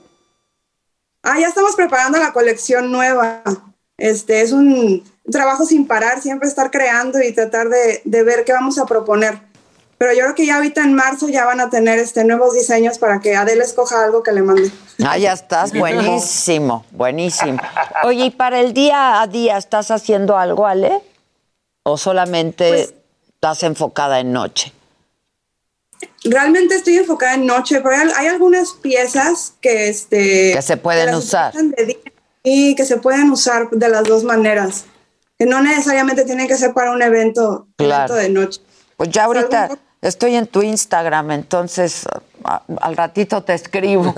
Ya estamos preparando la colección nueva. Es un trabajo sin parar, siempre estar creando y tratar de ver qué vamos a proponer. Pero yo creo que ya ahorita en marzo ya van a tener nuevos diseños para que Adela escoja algo que le mande. Ya estás, buenísimo, buenísimo. Oye, ¿y para el día a día estás haciendo algo, Ale? ¿O solamente estás enfocada en noche? Realmente estoy enfocada en noche, pero hay algunas piezas que se pueden usar. Y que se pueden usar de las dos maneras. Que no necesariamente tienen que ser para un evento de noche. Pues ya ahorita estoy en tu Instagram, entonces al ratito te escribo.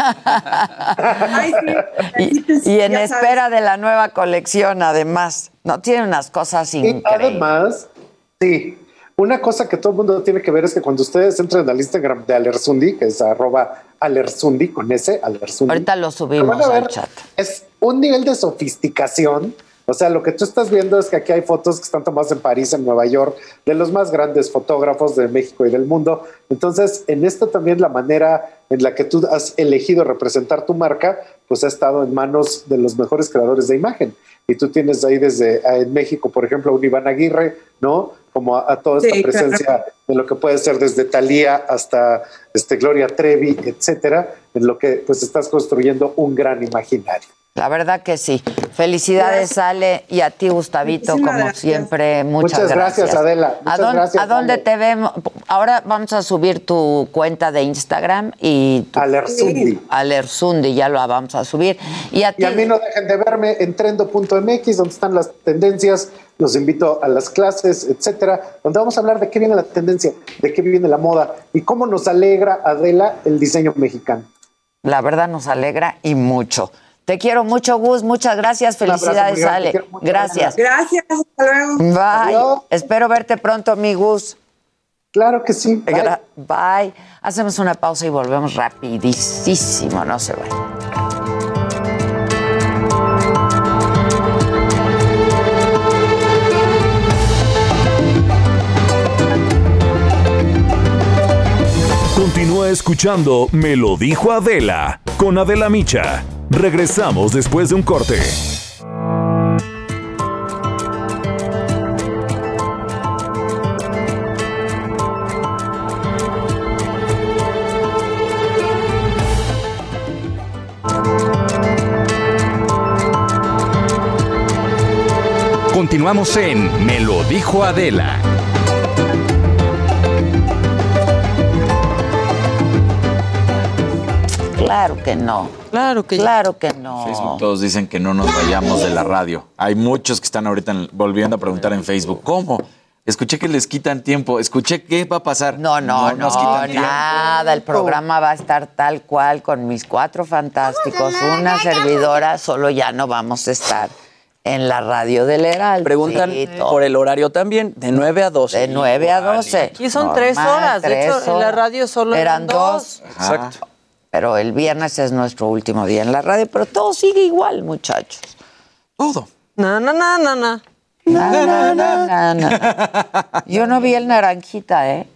Y en espera de la nueva colección, además. No, tiene unas cosas increíbles. Además, sí. Una cosa que todo el mundo tiene que ver es que cuando ustedes entren al Instagram de Alerzundi, que es @Alerzundi con S, Alerzundi. Ahorita lo subimos al chat. Es un nivel de sofisticación. O sea, lo que tú estás viendo es que aquí hay fotos que están tomadas en París, en Nueva York, de los más grandes fotógrafos de México y del mundo. Entonces, en esto también la manera en la que tú has elegido representar tu marca, pues ha estado en manos de los mejores creadores de imagen. Y tú tienes ahí en México, por ejemplo, un Iván Aguirre, ¿no? Como a toda esta presencia de lo que puede ser desde Thalía hasta Gloria Trevi, etcétera, en lo que pues estás construyendo un gran imaginario. La verdad que sí. Felicidades, Ale, y a ti, Gustavito, como siempre. Muchas gracias, Adela. ¿A dónde te vemos? Ahora vamos a subir tu cuenta de Instagram y Alerzundi, ya lo vamos a subir. Y a mí no dejen de verme en trendo.mx, donde están las tendencias. Los invito a las clases, etcétera, donde vamos a hablar de qué viene la tendencia, de qué viene la moda y cómo nos alegra, Adela, el diseño mexicano. La verdad nos alegra y mucho. Te quiero mucho, Gus. Muchas gracias. Felicidades, Ale. Gracias. Gracias. Hasta luego. Bye. Adiós. Espero verte pronto, mi Gus. Claro que sí. Bye. Bye. Hacemos una pausa y volvemos rapidísimo. No se vayan. Continúa escuchando Me lo dijo Adela con Adela Micha. Regresamos después de un corte. Continuamos en Me lo dijo Adela. Claro que no. Claro que no. Facebook, todos dicen que no nos vayamos de la radio. Hay muchos que están ahorita volviendo a preguntar en Facebook, ¿cómo? Escuché que les quitan tiempo. Escuché qué va a pasar. No, nos quitan tiempo. nada. El programa va a estar tal cual con mis 4 fantásticos. Una servidora, solo ya no vamos a estar en la radio del Heraldo. Preguntan por el horario también, de 9 a 12. De 9 a 12. Aquí son 3 horas. De hecho, en la radio solo eran 2. Exacto. Pero el viernes es nuestro último día en la radio, pero todo sigue igual, muchachos. Todo. No. No. Yo no vi el naranjita, ¿eh?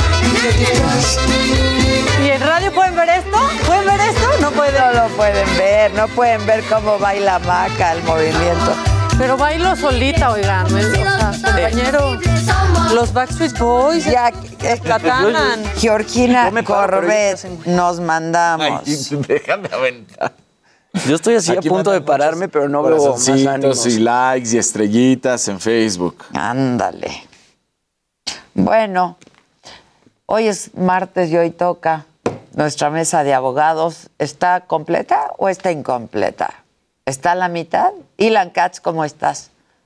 ¿Y en radio pueden ver esto? ¿Pueden ver esto? No pueden. No lo pueden ver cómo baila Maca, el movimiento. Pero bailo solita, oigan, compañeros. Los Backstreet Boys ya platanan. Georgina Corbett, nos mandamos. Ay, déjame aventar. Yo estoy así a punto de pararme, pero no veo más ánimos. Y likes y estrellitas en Facebook. Ándale. Bueno, hoy es martes y hoy toca nuestra mesa de abogados. ¿Está completa o está incompleta? ¿Está a la mitad? Ilan Katz, ¿cómo estás?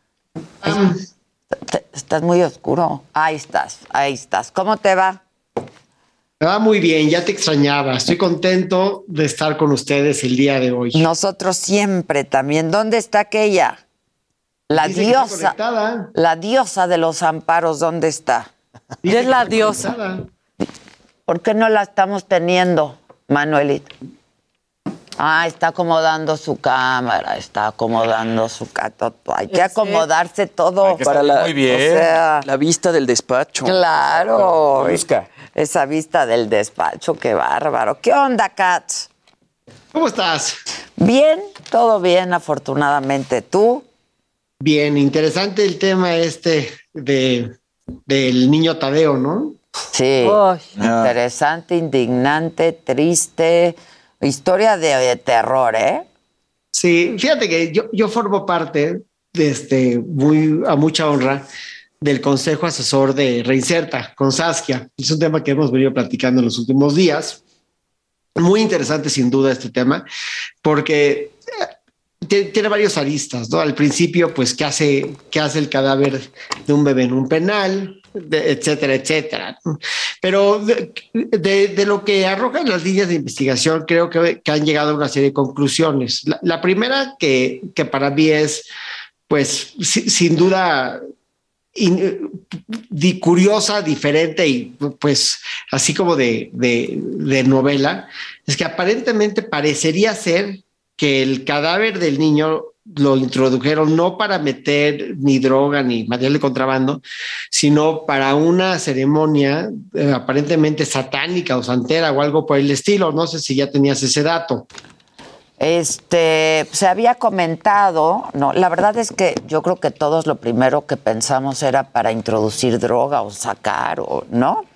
Estás muy oscuro. Ahí estás. ¿Cómo te va? Me va muy bien, ya te extrañaba. Estoy contento de estar con ustedes el día de hoy. Nosotros siempre también. ¿Dónde está aquella? La diosa. La diosa de los amparos, ¿dónde está? ¿Qué es la diosa? ¿Por qué no la estamos teniendo, Manuelita? Está acomodando su cámara, está acomodando su catoto. Hay que acomodarse todo. Para muy bien. O sea, la vista del despacho. Claro. Esa vista del despacho, qué bárbaro. ¿Qué onda, Katz? ¿Cómo estás? Bien, todo bien, afortunadamente. ¿Tú? Bien, interesante el tema del niño Tadeo, ¿no? Sí, interesante, indignante, triste, historia de terror, ¿eh? Sí, fíjate que yo formo parte de a mucha honra del Consejo Asesor de Reinserta con Saskia. Es un tema que hemos venido platicando en los últimos días. Muy interesante sin duda este tema, porque tiene varios aristas, ¿no? Al principio, pues, ¿qué hace el cadáver de un bebé en un penal? Etcétera, etcétera. Pero de lo que arrojan las líneas de investigación, creo que han llegado a una serie de conclusiones. La primera que para mí es, pues, sin duda curiosa, diferente y pues así como de novela, es que aparentemente parecería ser que el cadáver del niño lo introdujeron no para meter ni droga ni material de contrabando, sino para una ceremonia aparentemente satánica o santera o algo por el estilo. No sé si ya tenías ese dato. Se había comentado, no, la verdad es que yo creo que todos lo primero que pensamos era para introducir droga o sacar, o ¿no?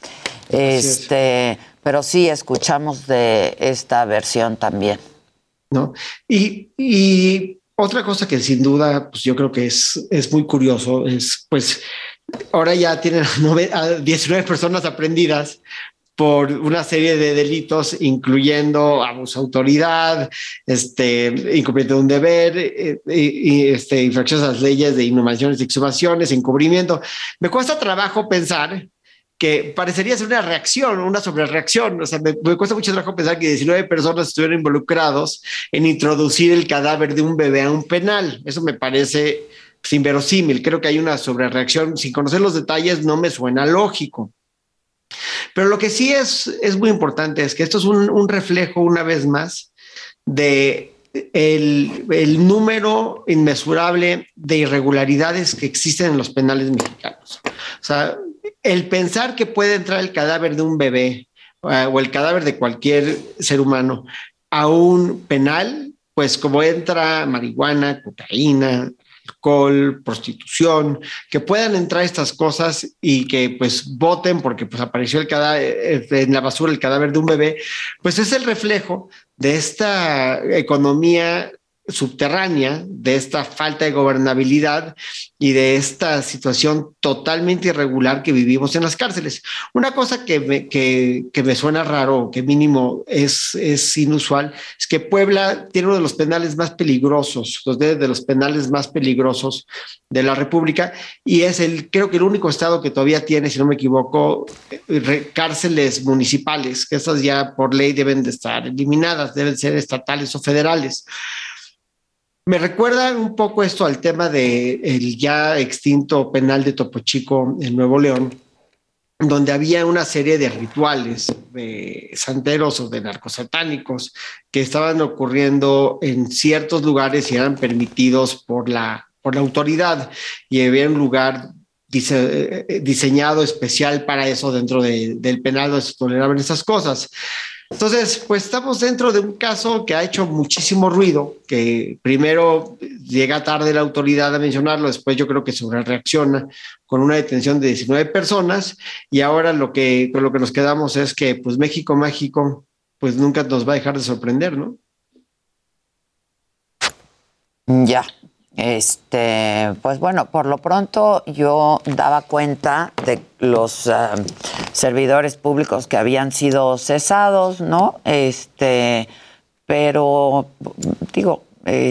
Pero sí escuchamos de esta versión también. ¿No? Y otra cosa que sin duda, pues yo creo que es muy curioso, es pues ahora ya tienen a 19 personas aprendidas por una serie de delitos, incluyendo abuso de autoridad, incumplimiento de un deber, infracciones a las leyes de inhumaciones y exhumaciones, encubrimiento. Me cuesta trabajo pensar que parecería ser una reacción, una sobrereacción. O sea, me cuesta mucho trabajo pensar que 19 personas estuvieron involucrados en introducir el cadáver de un bebé a un penal. Eso me parece inverosímil. Creo que hay una sobrereacción. Sin conocer los detalles, no me suena lógico. Pero lo que sí es muy importante es que esto es un reflejo, una vez más, de el número inmesurable de irregularidades que existen en los penales mexicanos. O sea, el pensar que puede entrar el cadáver de un bebé o el cadáver de cualquier ser humano a un penal, pues como entra marihuana, cocaína, alcohol, prostitución, que puedan entrar estas cosas y que pues voten porque pues apareció el cadáver en la basura, el cadáver de un bebé, pues es el reflejo de esta economía subterránea de esta falta de gobernabilidad y de esta situación totalmente irregular que vivimos en las cárceles. Una cosa que me suena raro, que mínimo es inusual, es que Puebla tiene uno de los penales más peligrosos, de los penales más peligrosos de la República, y es creo que el único estado que todavía tiene, si no me equivoco, cárceles municipales, que esas ya por ley deben de estar eliminadas, deben ser estatales o federales. Me recuerda un poco esto al tema del ya extinto penal de Topo Chico en Nuevo León, donde había una serie de rituales de santeros o de narcosatánicos que estaban ocurriendo en ciertos lugares y eran permitidos por la autoridad, y había un lugar diseñado especial para eso dentro del penal donde se toleraban esas cosas. Entonces, pues estamos dentro de un caso que ha hecho muchísimo ruido, que primero llega tarde la autoridad a mencionarlo, después yo creo que sobre reacciona con una detención de 19 personas, y ahora con lo que nos quedamos es que pues México mágico pues nunca nos va a dejar de sorprender, ¿no? Ya. Pues bueno, por lo pronto yo daba cuenta de los servidores públicos que habían sido cesados, ¿no? Pero digo,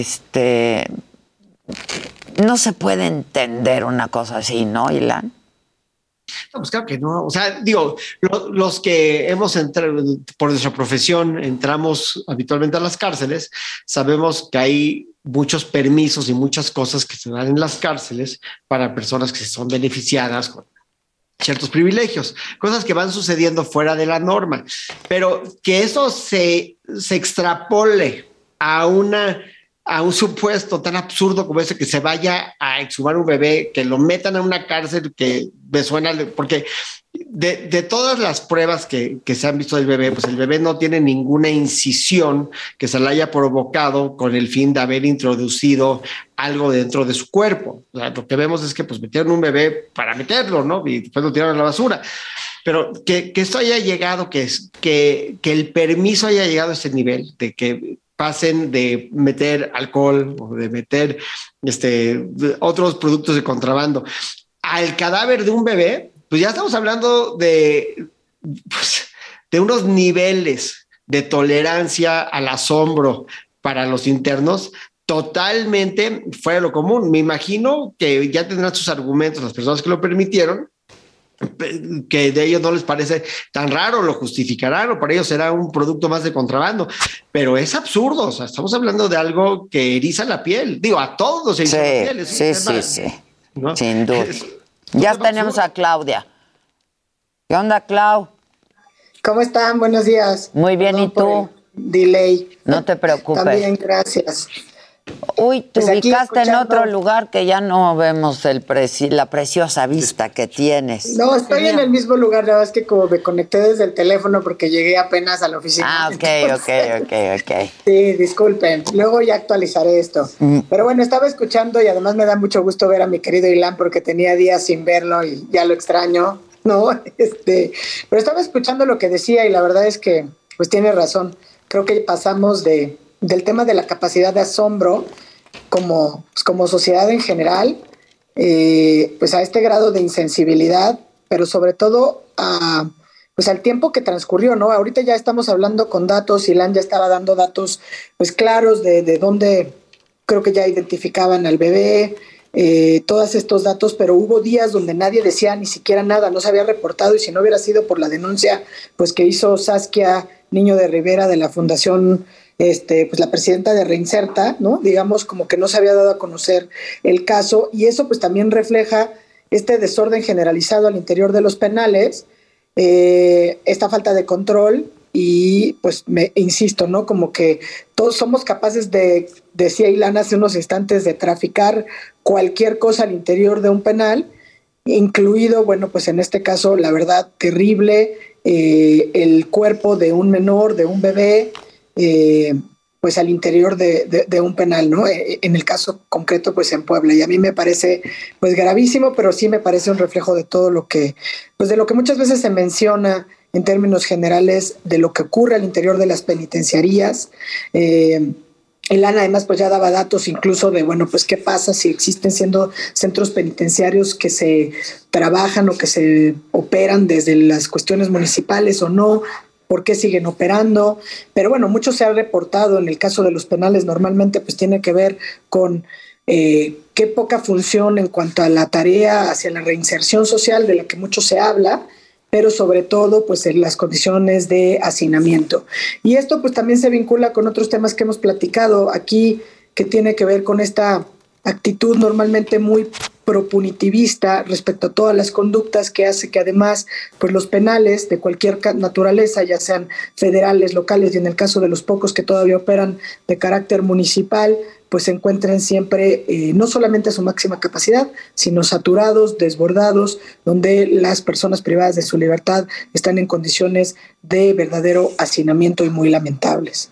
no se puede entender una cosa así, ¿no, Ilan? No, pues claro que no. O sea, digo, los que hemos entrado por nuestra profesión, entramos habitualmente a las cárceles, sabemos que hay muchos permisos y muchas cosas que se dan en las cárceles para personas que son beneficiadas con ciertos privilegios, cosas que van sucediendo fuera de la norma, pero que eso se extrapole a un supuesto tan absurdo como ese, que se vaya a exhumar un bebé, que lo metan a una cárcel, que me suena, porque de todas las pruebas que se han visto del bebé, pues el bebé no tiene ninguna incisión que se la haya provocado con el fin de haber introducido algo dentro de su cuerpo. O sea, lo que vemos es que pues metieron un bebé para meterlo, ¿no? Y después lo tiraron a la basura. Pero que esto haya llegado, que el permiso haya llegado a ese nivel, de que pasen de meter alcohol o de meter otros productos de contrabando al cadáver de un bebé, pues ya estamos hablando de unos niveles de tolerancia al asombro para los internos totalmente fuera de lo común. Me imagino que ya tendrán sus argumentos las personas que lo permitieron, que de ellos no les parece tan raro, lo justificarán, o para ellos será un producto más de contrabando, pero es absurdo. O sea, estamos hablando de algo que eriza la piel, digo, a todos se eriza la piel. Sí, ¿no? Sin duda. Ya tenemos a Claudia. ¿Qué onda, Clau? ¿Cómo están? Buenos días. Muy bien, ¿y tú? Delay. No te preocupes. También, gracias. Uy, te ubicaste en otro lugar que ya no vemos la preciosa vista que tienes. No, estoy en el mismo lugar, la verdad es que como me conecté desde el teléfono porque llegué apenas a la oficina. Ah, ok. Sí, disculpen, luego ya actualizaré esto. Pero bueno, estaba escuchando y además me da mucho gusto ver a mi querido Ilan porque tenía días sin verlo y ya lo extraño, ¿no? Pero estaba escuchando lo que decía y la verdad es que pues tiene razón. Creo que pasamos del tema de la capacidad de asombro como sociedad en general, pues a este grado de insensibilidad, pero sobre todo pues al tiempo que transcurrió, ¿no? Ahorita ya estamos hablando con datos, Ilan ya estaba dando datos pues claros de dónde creo que ya identificaban al bebé, todos estos datos, pero hubo días donde nadie decía ni siquiera nada, no se había reportado, y si no hubiera sido por la denuncia pues que hizo Saskia Niño de Rivera de la Fundación, pues la presidenta de Reinserta, ¿no? Digamos como que no se había dado a conocer el caso, y eso pues también refleja este desorden generalizado al interior de los penales, esta falta de control, y pues insisto, ¿no? Como que todos somos capaces de, decía Ilan hace unos instantes, de traficar cualquier cosa al interior de un penal, incluido, bueno, pues en este caso, la verdad, terrible, el cuerpo de un menor, de un bebé, pues al interior de un penal, ¿no? En el caso concreto, pues en Puebla. Y a mí me parece pues gravísimo, pero sí me parece un reflejo de todo lo que, pues de lo que muchas veces se menciona en términos generales de lo que ocurre al interior de las penitenciarías. Elana además pues ya daba datos incluso de, bueno, pues qué pasa si existen siendo centros penitenciarios que se trabajan o que se operan desde las cuestiones municipales o no, por qué siguen operando. Pero bueno, mucho se ha reportado en el caso de los penales, normalmente pues tiene que ver con qué poca función en cuanto a la tarea hacia la reinserción social de la que mucho se habla, pero sobre todo pues en las condiciones de hacinamiento. Y esto pues también se vincula con otros temas que hemos platicado aquí, que tiene que ver con esta actitud normalmente muy propunitivista respecto a todas las conductas, que hace que además pues los penales de cualquier naturaleza, ya sean federales, locales y en el caso de los pocos que todavía operan de carácter municipal, pues se encuentren siempre no solamente a su máxima capacidad, sino saturados, desbordados, donde las personas privadas de su libertad están en condiciones de verdadero hacinamiento y muy lamentables.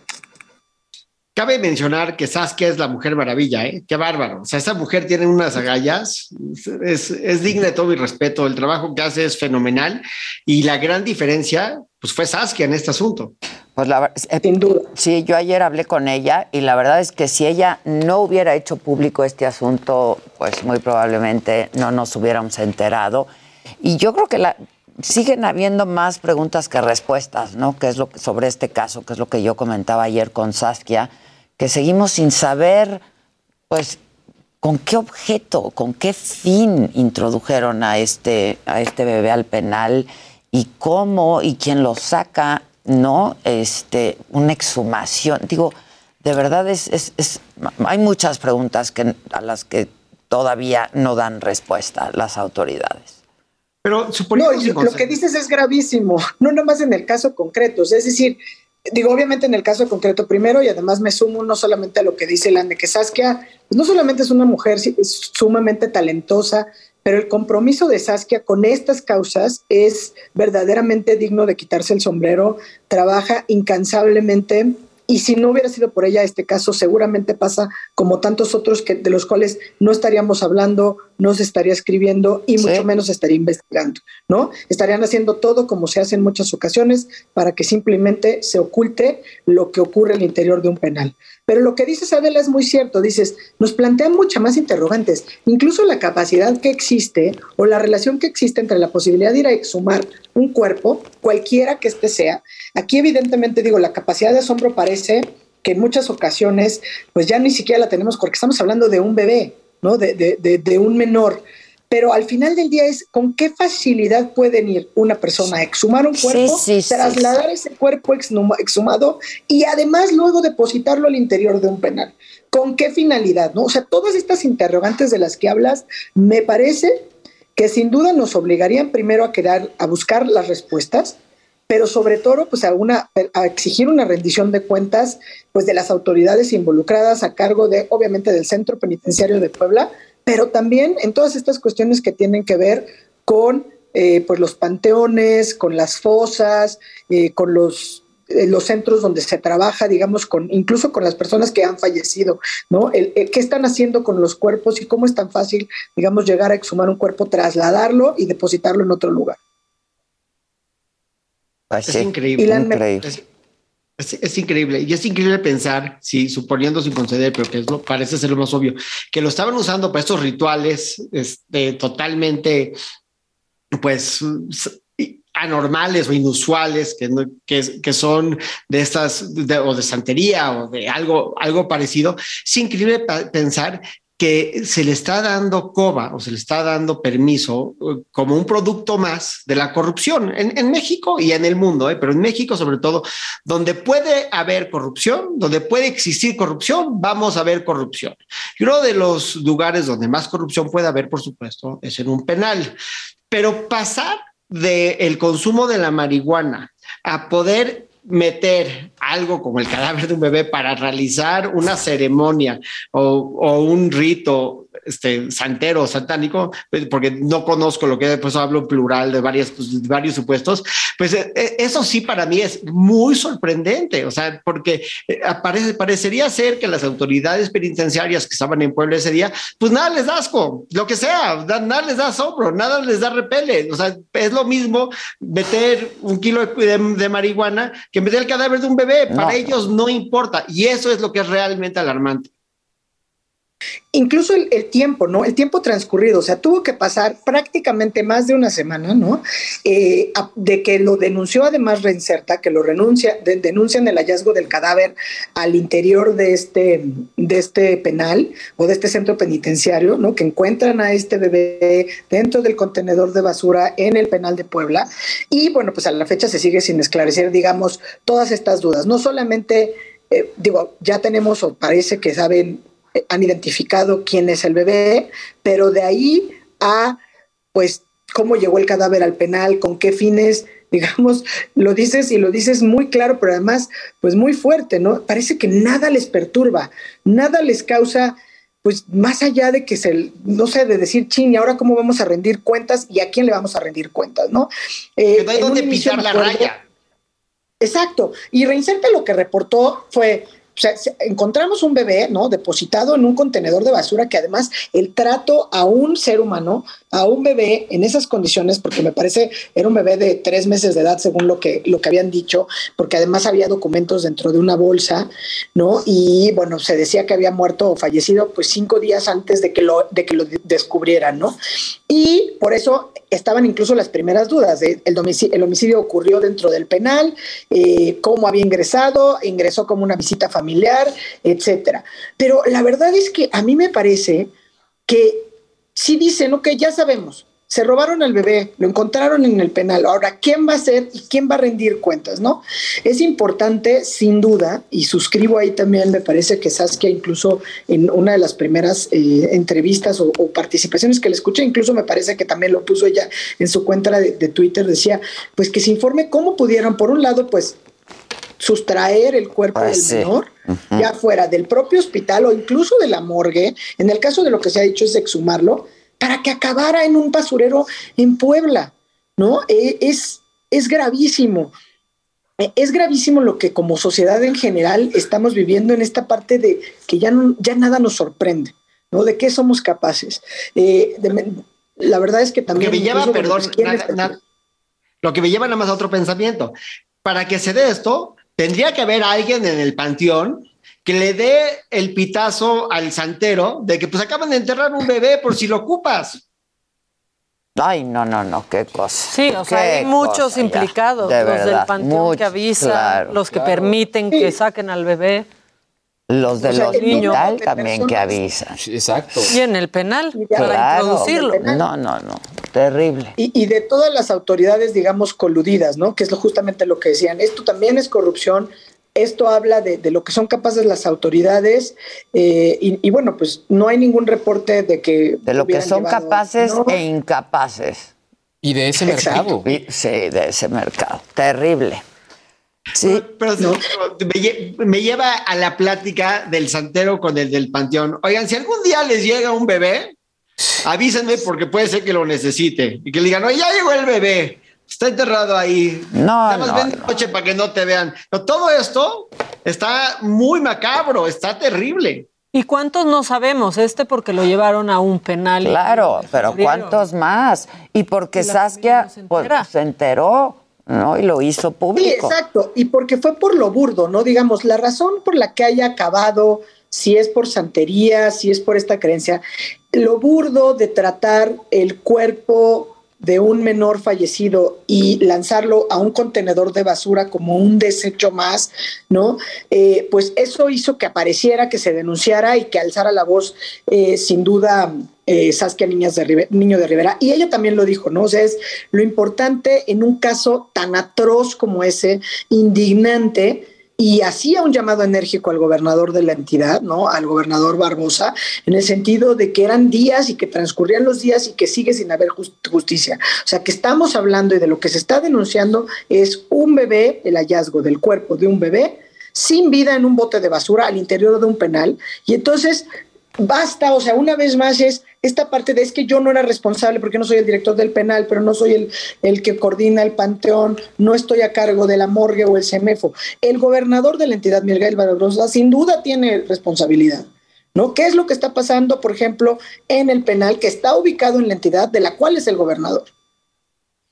Cabe mencionar que Saskia es la Mujer Maravilla, ¿eh? Qué bárbaro. O sea, esa mujer tiene unas agallas, es digna de todo mi respeto. El trabajo que hace es fenomenal y la gran diferencia, pues fue Saskia en este asunto. Pues sin duda. Sí, yo ayer hablé con ella y la verdad es que si ella no hubiera hecho público este asunto, pues muy probablemente no nos hubiéramos enterado. Y yo creo que siguen habiendo más preguntas que respuestas, ¿no? Que es lo que, sobre este caso, que es lo que yo comentaba ayer con Saskia, que seguimos sin saber, pues, con qué objeto, con qué fin introdujeron a este bebé al penal y cómo y quién lo saca, ¿no? Una exhumación. Digo, de verdad hay muchas preguntas a las que todavía no dan respuesta las autoridades. Pero lo que dices es gravísimo, no nada más en el caso concreto, es decir, digo, obviamente en el caso concreto primero, y además me sumo no solamente a lo que dice Elana, que Saskia pues no solamente es una mujer es sumamente talentosa, pero el compromiso de Saskia con estas causas es verdaderamente digno de quitarse el sombrero, trabaja incansablemente. Y si no hubiera sido por ella este caso, seguramente pasa como tantos otros de los cuales no estaríamos hablando, no se estaría escribiendo y mucho menos se estaría investigando, ¿no? Estarían haciendo todo como se hace en muchas ocasiones para que simplemente se oculte lo que ocurre al interior de un penal. Pero lo que dices, Adela, es muy cierto. Dices, nos plantean muchas más interrogantes. Incluso la capacidad que existe o la relación que existe entre la posibilidad de ir a exhumar un cuerpo, cualquiera que este sea. Aquí evidentemente digo, la capacidad de asombro parece que en muchas ocasiones pues ya ni siquiera la tenemos porque estamos hablando de un bebé, ¿no? De un menor. Pero al final del día es con qué facilidad pueden ir una persona a exhumar un cuerpo, trasladar ese cuerpo exhumado y además luego depositarlo al interior de un penal. ¿Con qué finalidad, no? O sea, todas estas interrogantes de las que hablas me parece que sin duda nos obligarían primero a buscar las respuestas, pero sobre todo pues a exigir una rendición de cuentas pues de las autoridades involucradas a cargo de, obviamente, del Centro Penitenciario de Puebla, pero también en todas estas cuestiones que tienen que ver con pues los panteones, con las fosas, con los centros donde se trabaja, digamos, incluso con las personas que han fallecido, ¿no? ¿Qué están haciendo con los cuerpos y cómo es tan fácil, digamos, llegar a exhumar un cuerpo, trasladarlo y depositarlo en otro lugar? Es increíble. Es increíble. Y es increíble pensar, suponiendo sin conceder, pero que parece ser lo más obvio, que lo estaban usando para estos rituales totalmente, pues, anormales o inusuales, que son de estas, o de santería, o de algo parecido. Es increíble pensar que se le está dando coba o se le está dando permiso como un producto más de la corrupción en México y en el mundo, pero en México sobre todo, donde puede haber corrupción, donde puede existir corrupción, vamos a ver corrupción. Y uno de los lugares donde más corrupción puede haber, por supuesto, es en un penal. Pero pasar del consumo de la marihuana a poder meter algo como el cadáver de un bebé para realizar una ceremonia o un rito santero o satánico, porque no conozco lo que es, pues hablo en plural de varios supuestos, pues eso sí para mí es muy sorprendente, o sea, porque parecería ser que las autoridades penitenciarias que estaban en Puebla ese día, pues nada les da asco, lo que sea, nada les da asombro, nada les da repele, o sea, es lo mismo meter 1 kilo de marihuana que meter el cadáver de un bebé. Para No. ellos no importa. Y eso es lo que es realmente alarmante. Incluso el tiempo, ¿no? El tiempo transcurrido, o sea, tuvo que pasar prácticamente más de una semana, ¿no? De que lo denunció además Reinserta, que lo denuncian el hallazgo del cadáver al interior de este penal o de este centro penitenciario, ¿no? Que encuentran a este bebé dentro del contenedor de basura en el penal de Puebla. Y bueno, pues a la fecha se sigue sin esclarecer, digamos, todas estas dudas. No solamente, ya tenemos o parece que han identificado quién es el bebé, pero de ahí a, pues, cómo llegó el cadáver al penal, con qué fines, digamos, lo dices muy claro, pero además, pues muy fuerte, ¿no? Parece que nada les perturba, nada les causa, pues, más allá de que de decir, chin, ¿y ahora cómo vamos a rendir cuentas y a quién le vamos a rendir cuentas, no? Que no hay dónde pisar la raya. Exacto, y Reinserta lo que reportó fue... O sea, encontramos un bebé, ¿no? Depositado en un contenedor de basura, que además el trato a un ser humano, a un bebé en esas condiciones, porque me parece era un bebé de 3 meses de edad, según lo que habían dicho, porque además había documentos dentro de una bolsa, ¿no? Y bueno, se decía que había muerto o fallecido pues 5 días antes de que lo descubrieran, ¿no? Y por eso estaban incluso las primeras dudas de el homicidio ocurrió dentro del penal, cómo había ingresó como una visita familiar, etcétera. Pero la verdad es que a mí me parece que sí dicen, ok, ya sabemos, se robaron al bebé, lo encontraron en el penal, ahora, ¿quién va a ser y quién va a rendir cuentas, no? Es importante, sin duda, y suscribo ahí también, me parece que Saskia, incluso en una de las primeras entrevistas o participaciones que le escuché, incluso me parece que también lo puso ella en su cuenta de Twitter, decía, pues que se informe cómo pudieron, por un lado, pues, sustraer el cuerpo del menor, ya fuera del propio hospital o incluso de la morgue, en el caso de lo que se ha dicho es exhumarlo, para que acabara en un basurero en Puebla, ¿no? Es gravísimo. Es gravísimo lo que como sociedad en general estamos viviendo en esta parte de que ya nada nos sorprende, ¿no? ¿De qué somos capaces? La verdad es que también... Lo que me lleva nada más a otro pensamiento. Para que se dé esto, tendría que haber alguien en el panteón que le dé el pitazo al santero de que pues acaban de enterrar un bebé por si lo ocupas. Ay, no, qué cosa. Sí, o sea, hay muchos implicados, de los verdad, del panteón que avisan, claro, los que permiten que saquen al bebé. Los del hospital también que avisan. Exacto. Y en el penal, para introducirlo. No, terrible. Y de todas las autoridades, digamos, coludidas, ¿no? Que es justamente lo que decían. Esto también es corrupción. Esto habla de lo que son capaces las autoridades y bueno, pues no hay ningún reporte de que... De lo que son capaces e incapaces. Y de ese mercado. Sí, de ese mercado. Terrible. Sí. Pero me lleva a la plática del santero con el del panteón. Oigan, si algún día les llega un bebé, avísenme porque puede ser que lo necesite. Y que le digan, oye, ya llegó el bebé. Está enterrado ahí. Nada más ven de noche para que no te vean. Pero todo esto está muy macabro, está terrible. ¿Y cuántos no sabemos? Porque lo llevaron a un penal. Claro, pero ¿cuántos más? Y porque Saskia se enteró, ¿no? Y lo hizo público. Sí, exacto. Y porque fue por lo burdo, ¿no? Digamos, la razón por la que haya acabado, si es por santería, si es por esta creencia, lo burdo de tratar el cuerpo de un menor fallecido y lanzarlo a un contenedor de basura como un desecho más, ¿no? Pues eso hizo que apareciera, que se denunciara y que alzara la voz, sin duda, Saskia Niño de Rivera. Y ella también lo dijo, ¿no? O sea, es lo importante en un caso tan atroz como ese, indignante, y hacía un llamado enérgico al gobernador de la entidad, ¿no? Al gobernador Barbosa, en el sentido de que eran días y que transcurrían los días y que sigue sin haber justicia. O sea, que estamos hablando y de lo que se está denunciando es un bebé, el hallazgo del cuerpo de un bebé sin vida en un bote de basura al interior de un penal. Y entonces basta, o sea, una vez más es esta parte de es que yo no era responsable porque no soy el director del penal, pero no soy el que coordina el panteón, no estoy a cargo de la morgue o el CEMEFO. El gobernador de la entidad, Miguel Barbosa, sin duda tiene responsabilidad, ¿no? ¿Qué es lo que está pasando, por ejemplo, en el penal que está ubicado en la entidad de la cual es el gobernador?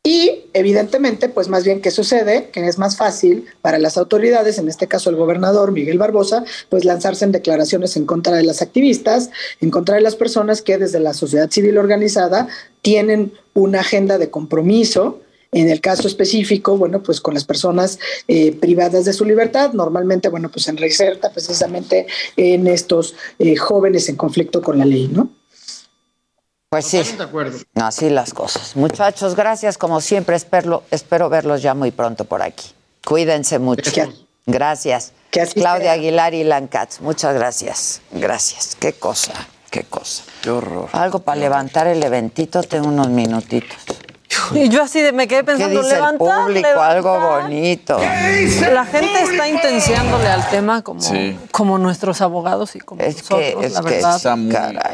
Y evidentemente, pues más bien, ¿qué sucede? Que es más fácil para las autoridades, en este caso el gobernador Miguel Barbosa, pues lanzarse en declaraciones en contra de las activistas, en contra de las personas que desde la sociedad civil organizada tienen una agenda de compromiso. En el caso específico, bueno, pues con las personas privadas de su libertad, normalmente, bueno, pues en reinserta precisamente en estos jóvenes en conflicto con la ley, ¿no? Pues sí, De acuerdo. así las cosas. Muchachos, gracias como siempre. Espero verlos ya muy pronto por aquí. Cuídense mucho. Gracias. Claudia Aguilar y Ilan Katz, muchas gracias. Gracias. Qué cosa, qué cosa. Qué horror. Algo para levantar el eventito, tengo unos minutitos. Y yo así me quedé pensando, ¿Qué dice el público? Algo bonito. La gente está intenciándole al tema como nuestros abogados y como nosotros, la verdad. Está muy,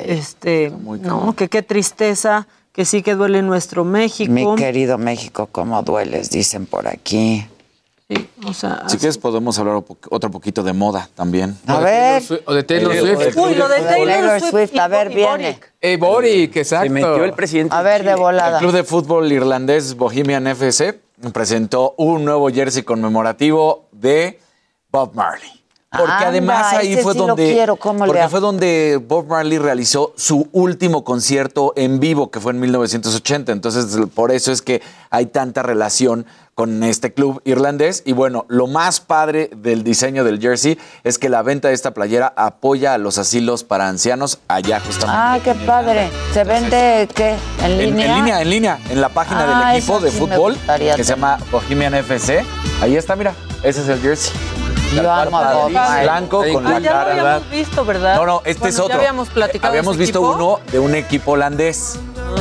no, que qué tristeza, que sí que duele nuestro México. Mi querido México, cómo dueles, dicen por aquí. Sí, o sea, si quieres podemos hablar otro poquito de moda también. A ver. O de Taylor Swift. Uy, lo de Taylor Swift. A ver, viene. Boric, exacto. Se metió el presidente. A ver, de volada. El club de fútbol irlandés Bohemian FC presentó un nuevo jersey conmemorativo de Bob Marley. Porque además ahí fue fue donde Bob Marley realizó su último concierto en vivo, que fue en 1980. Entonces, por eso es que hay tanta relación con este club irlandés. Y bueno, lo más padre del diseño del jersey es que la venta de esta playera apoya a los asilos para ancianos allá justamente. Ah, qué padre. ¿Se vende qué? ¿En línea? En línea, en la página del equipo de fútbol que se llama Bohemian FC. Ahí está, mira, ese es el jersey. Yo amo a Bob Marley. Blanco con la ya cara. lo habíamos visto, ¿verdad? No, este es otro. Ya habíamos platicado. Habíamos visto uno de un equipo holandés.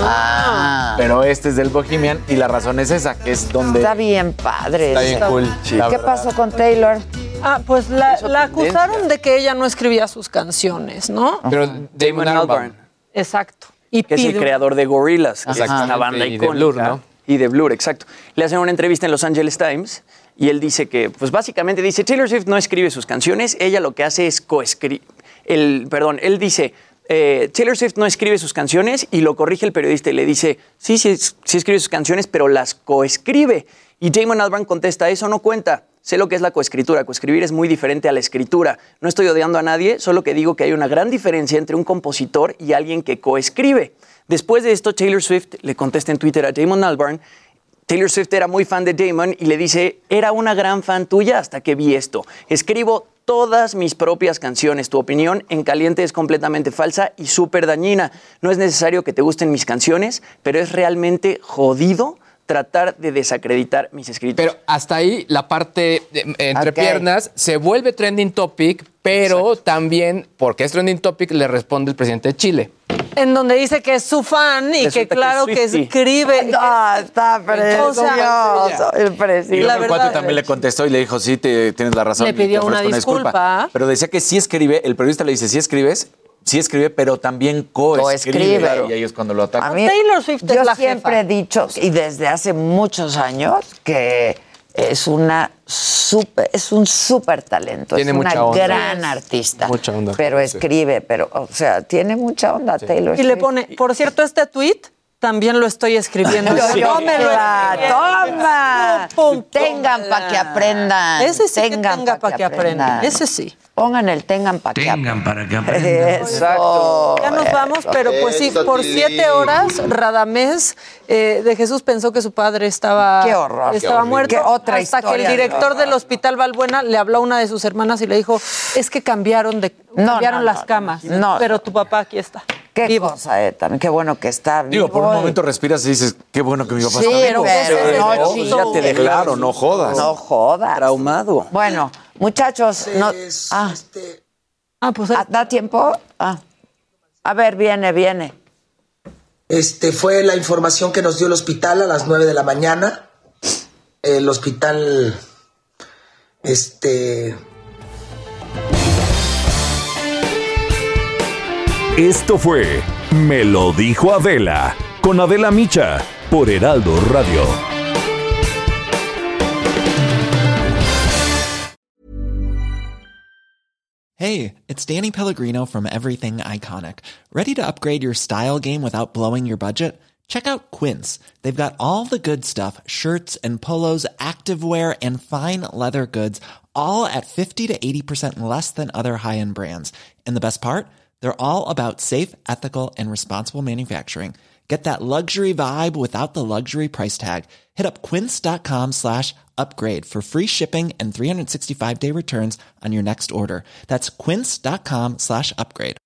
Pero este es del Bohemian y la razón es esa, que es donde... Está bien padre. Está bien cool. Sí. ¿Qué pasó con Taylor? Pues la acusaron de que ella no escribía sus canciones, ¿no? Pero Damon Albarn. Exacto. Que es el creador de Gorillaz, que es una banda icónica. Y de Blur, ¿no? Y de Blur, exacto. Le hacen una entrevista en Los Angeles Times y él dice que, pues básicamente dice, Taylor Swift no escribe sus canciones, ella lo que hace es él dice, Taylor Swift no escribe sus canciones y lo corrige el periodista y le dice, sí escribe sus canciones, pero las coescribe. Y Damon Albarn contesta, eso no cuenta. Sé lo que es la coescritura. Coescribir es muy diferente a la escritura. No estoy odiando a nadie, solo que digo que hay una gran diferencia entre un compositor y alguien que coescribe. Después de esto, Taylor Swift le contesta en Twitter a Damon Albarn. Taylor Swift era muy fan de Damon y le dice, era una gran fan tuya hasta que vi esto. Escribo todas mis propias canciones. Tu opinión en caliente es completamente falsa y súper dañina. No es necesario que te gusten mis canciones, pero es realmente jodido tratar de desacreditar mis escritos. Pero hasta ahí la parte entre piernas se vuelve trending topic, pero también, porque es trending topic, le responde el presidente de Chile. En donde dice que es su fan y que claro que escribe. Está precioso el presidente. Y el cuate también le contestó y le dijo, sí, tienes la razón. Le pidió una disculpa. Pero decía que sí escribe, el periodista le dice, sí escribe, pero también coescribe. Claro. Y ahí es cuando lo atacan. A mí, Taylor Swift es la siempre he dicho, y desde hace muchos años, que es un súper talento. Tiene es una mucha onda. gran artista. Mucha onda. Pero escribe, o sea, tiene mucha onda Taylor Swift. Y le pone, por cierto, este tweet también lo estoy escribiendo. ¡Toma! Tengan para que aprendan. Ese sí tengan para que aprendan. Ese sí. Pongan el tengan para que aprendan. Para que aprendan. Exacto. Ya nos vamos, pero pues sí, por 7 horas, Radamés de Jesús pensó que su padre estaba muerto. ¿Qué otra hasta historia? Que el director del Hospital Valbuena le habló a una de sus hermanas y le dijo, es que cambiaron las camas, pero tu papá aquí está. Qué cosa, también qué bueno que está vivo. Digo, por un momento respiras y dices, qué bueno que mi papá está vivo. Pero claro, no jodas. No jodas. Traumado. Bueno, muchachos, pues ¿da tiempo? A ver, viene. Fue la información que nos dio el hospital a las 9 de la mañana. El hospital, Esto fue Me lo dijo Adela, con Adela Micha, por Heraldo Radio. Hey, it's Danny Pellegrino from Everything Iconic. Ready to upgrade your style game without blowing your budget? Check out Quince. They've got all the good stuff, shirts and polos, activewear, and fine leather goods, all at 50 to 80% less than other high-end brands. And the best part? They're all about safe, ethical, and responsible manufacturing. Get that luxury vibe without the luxury price tag. Hit up quince.com/upgrade for free shipping and 365-day returns on your next order. That's quince.com/upgrade.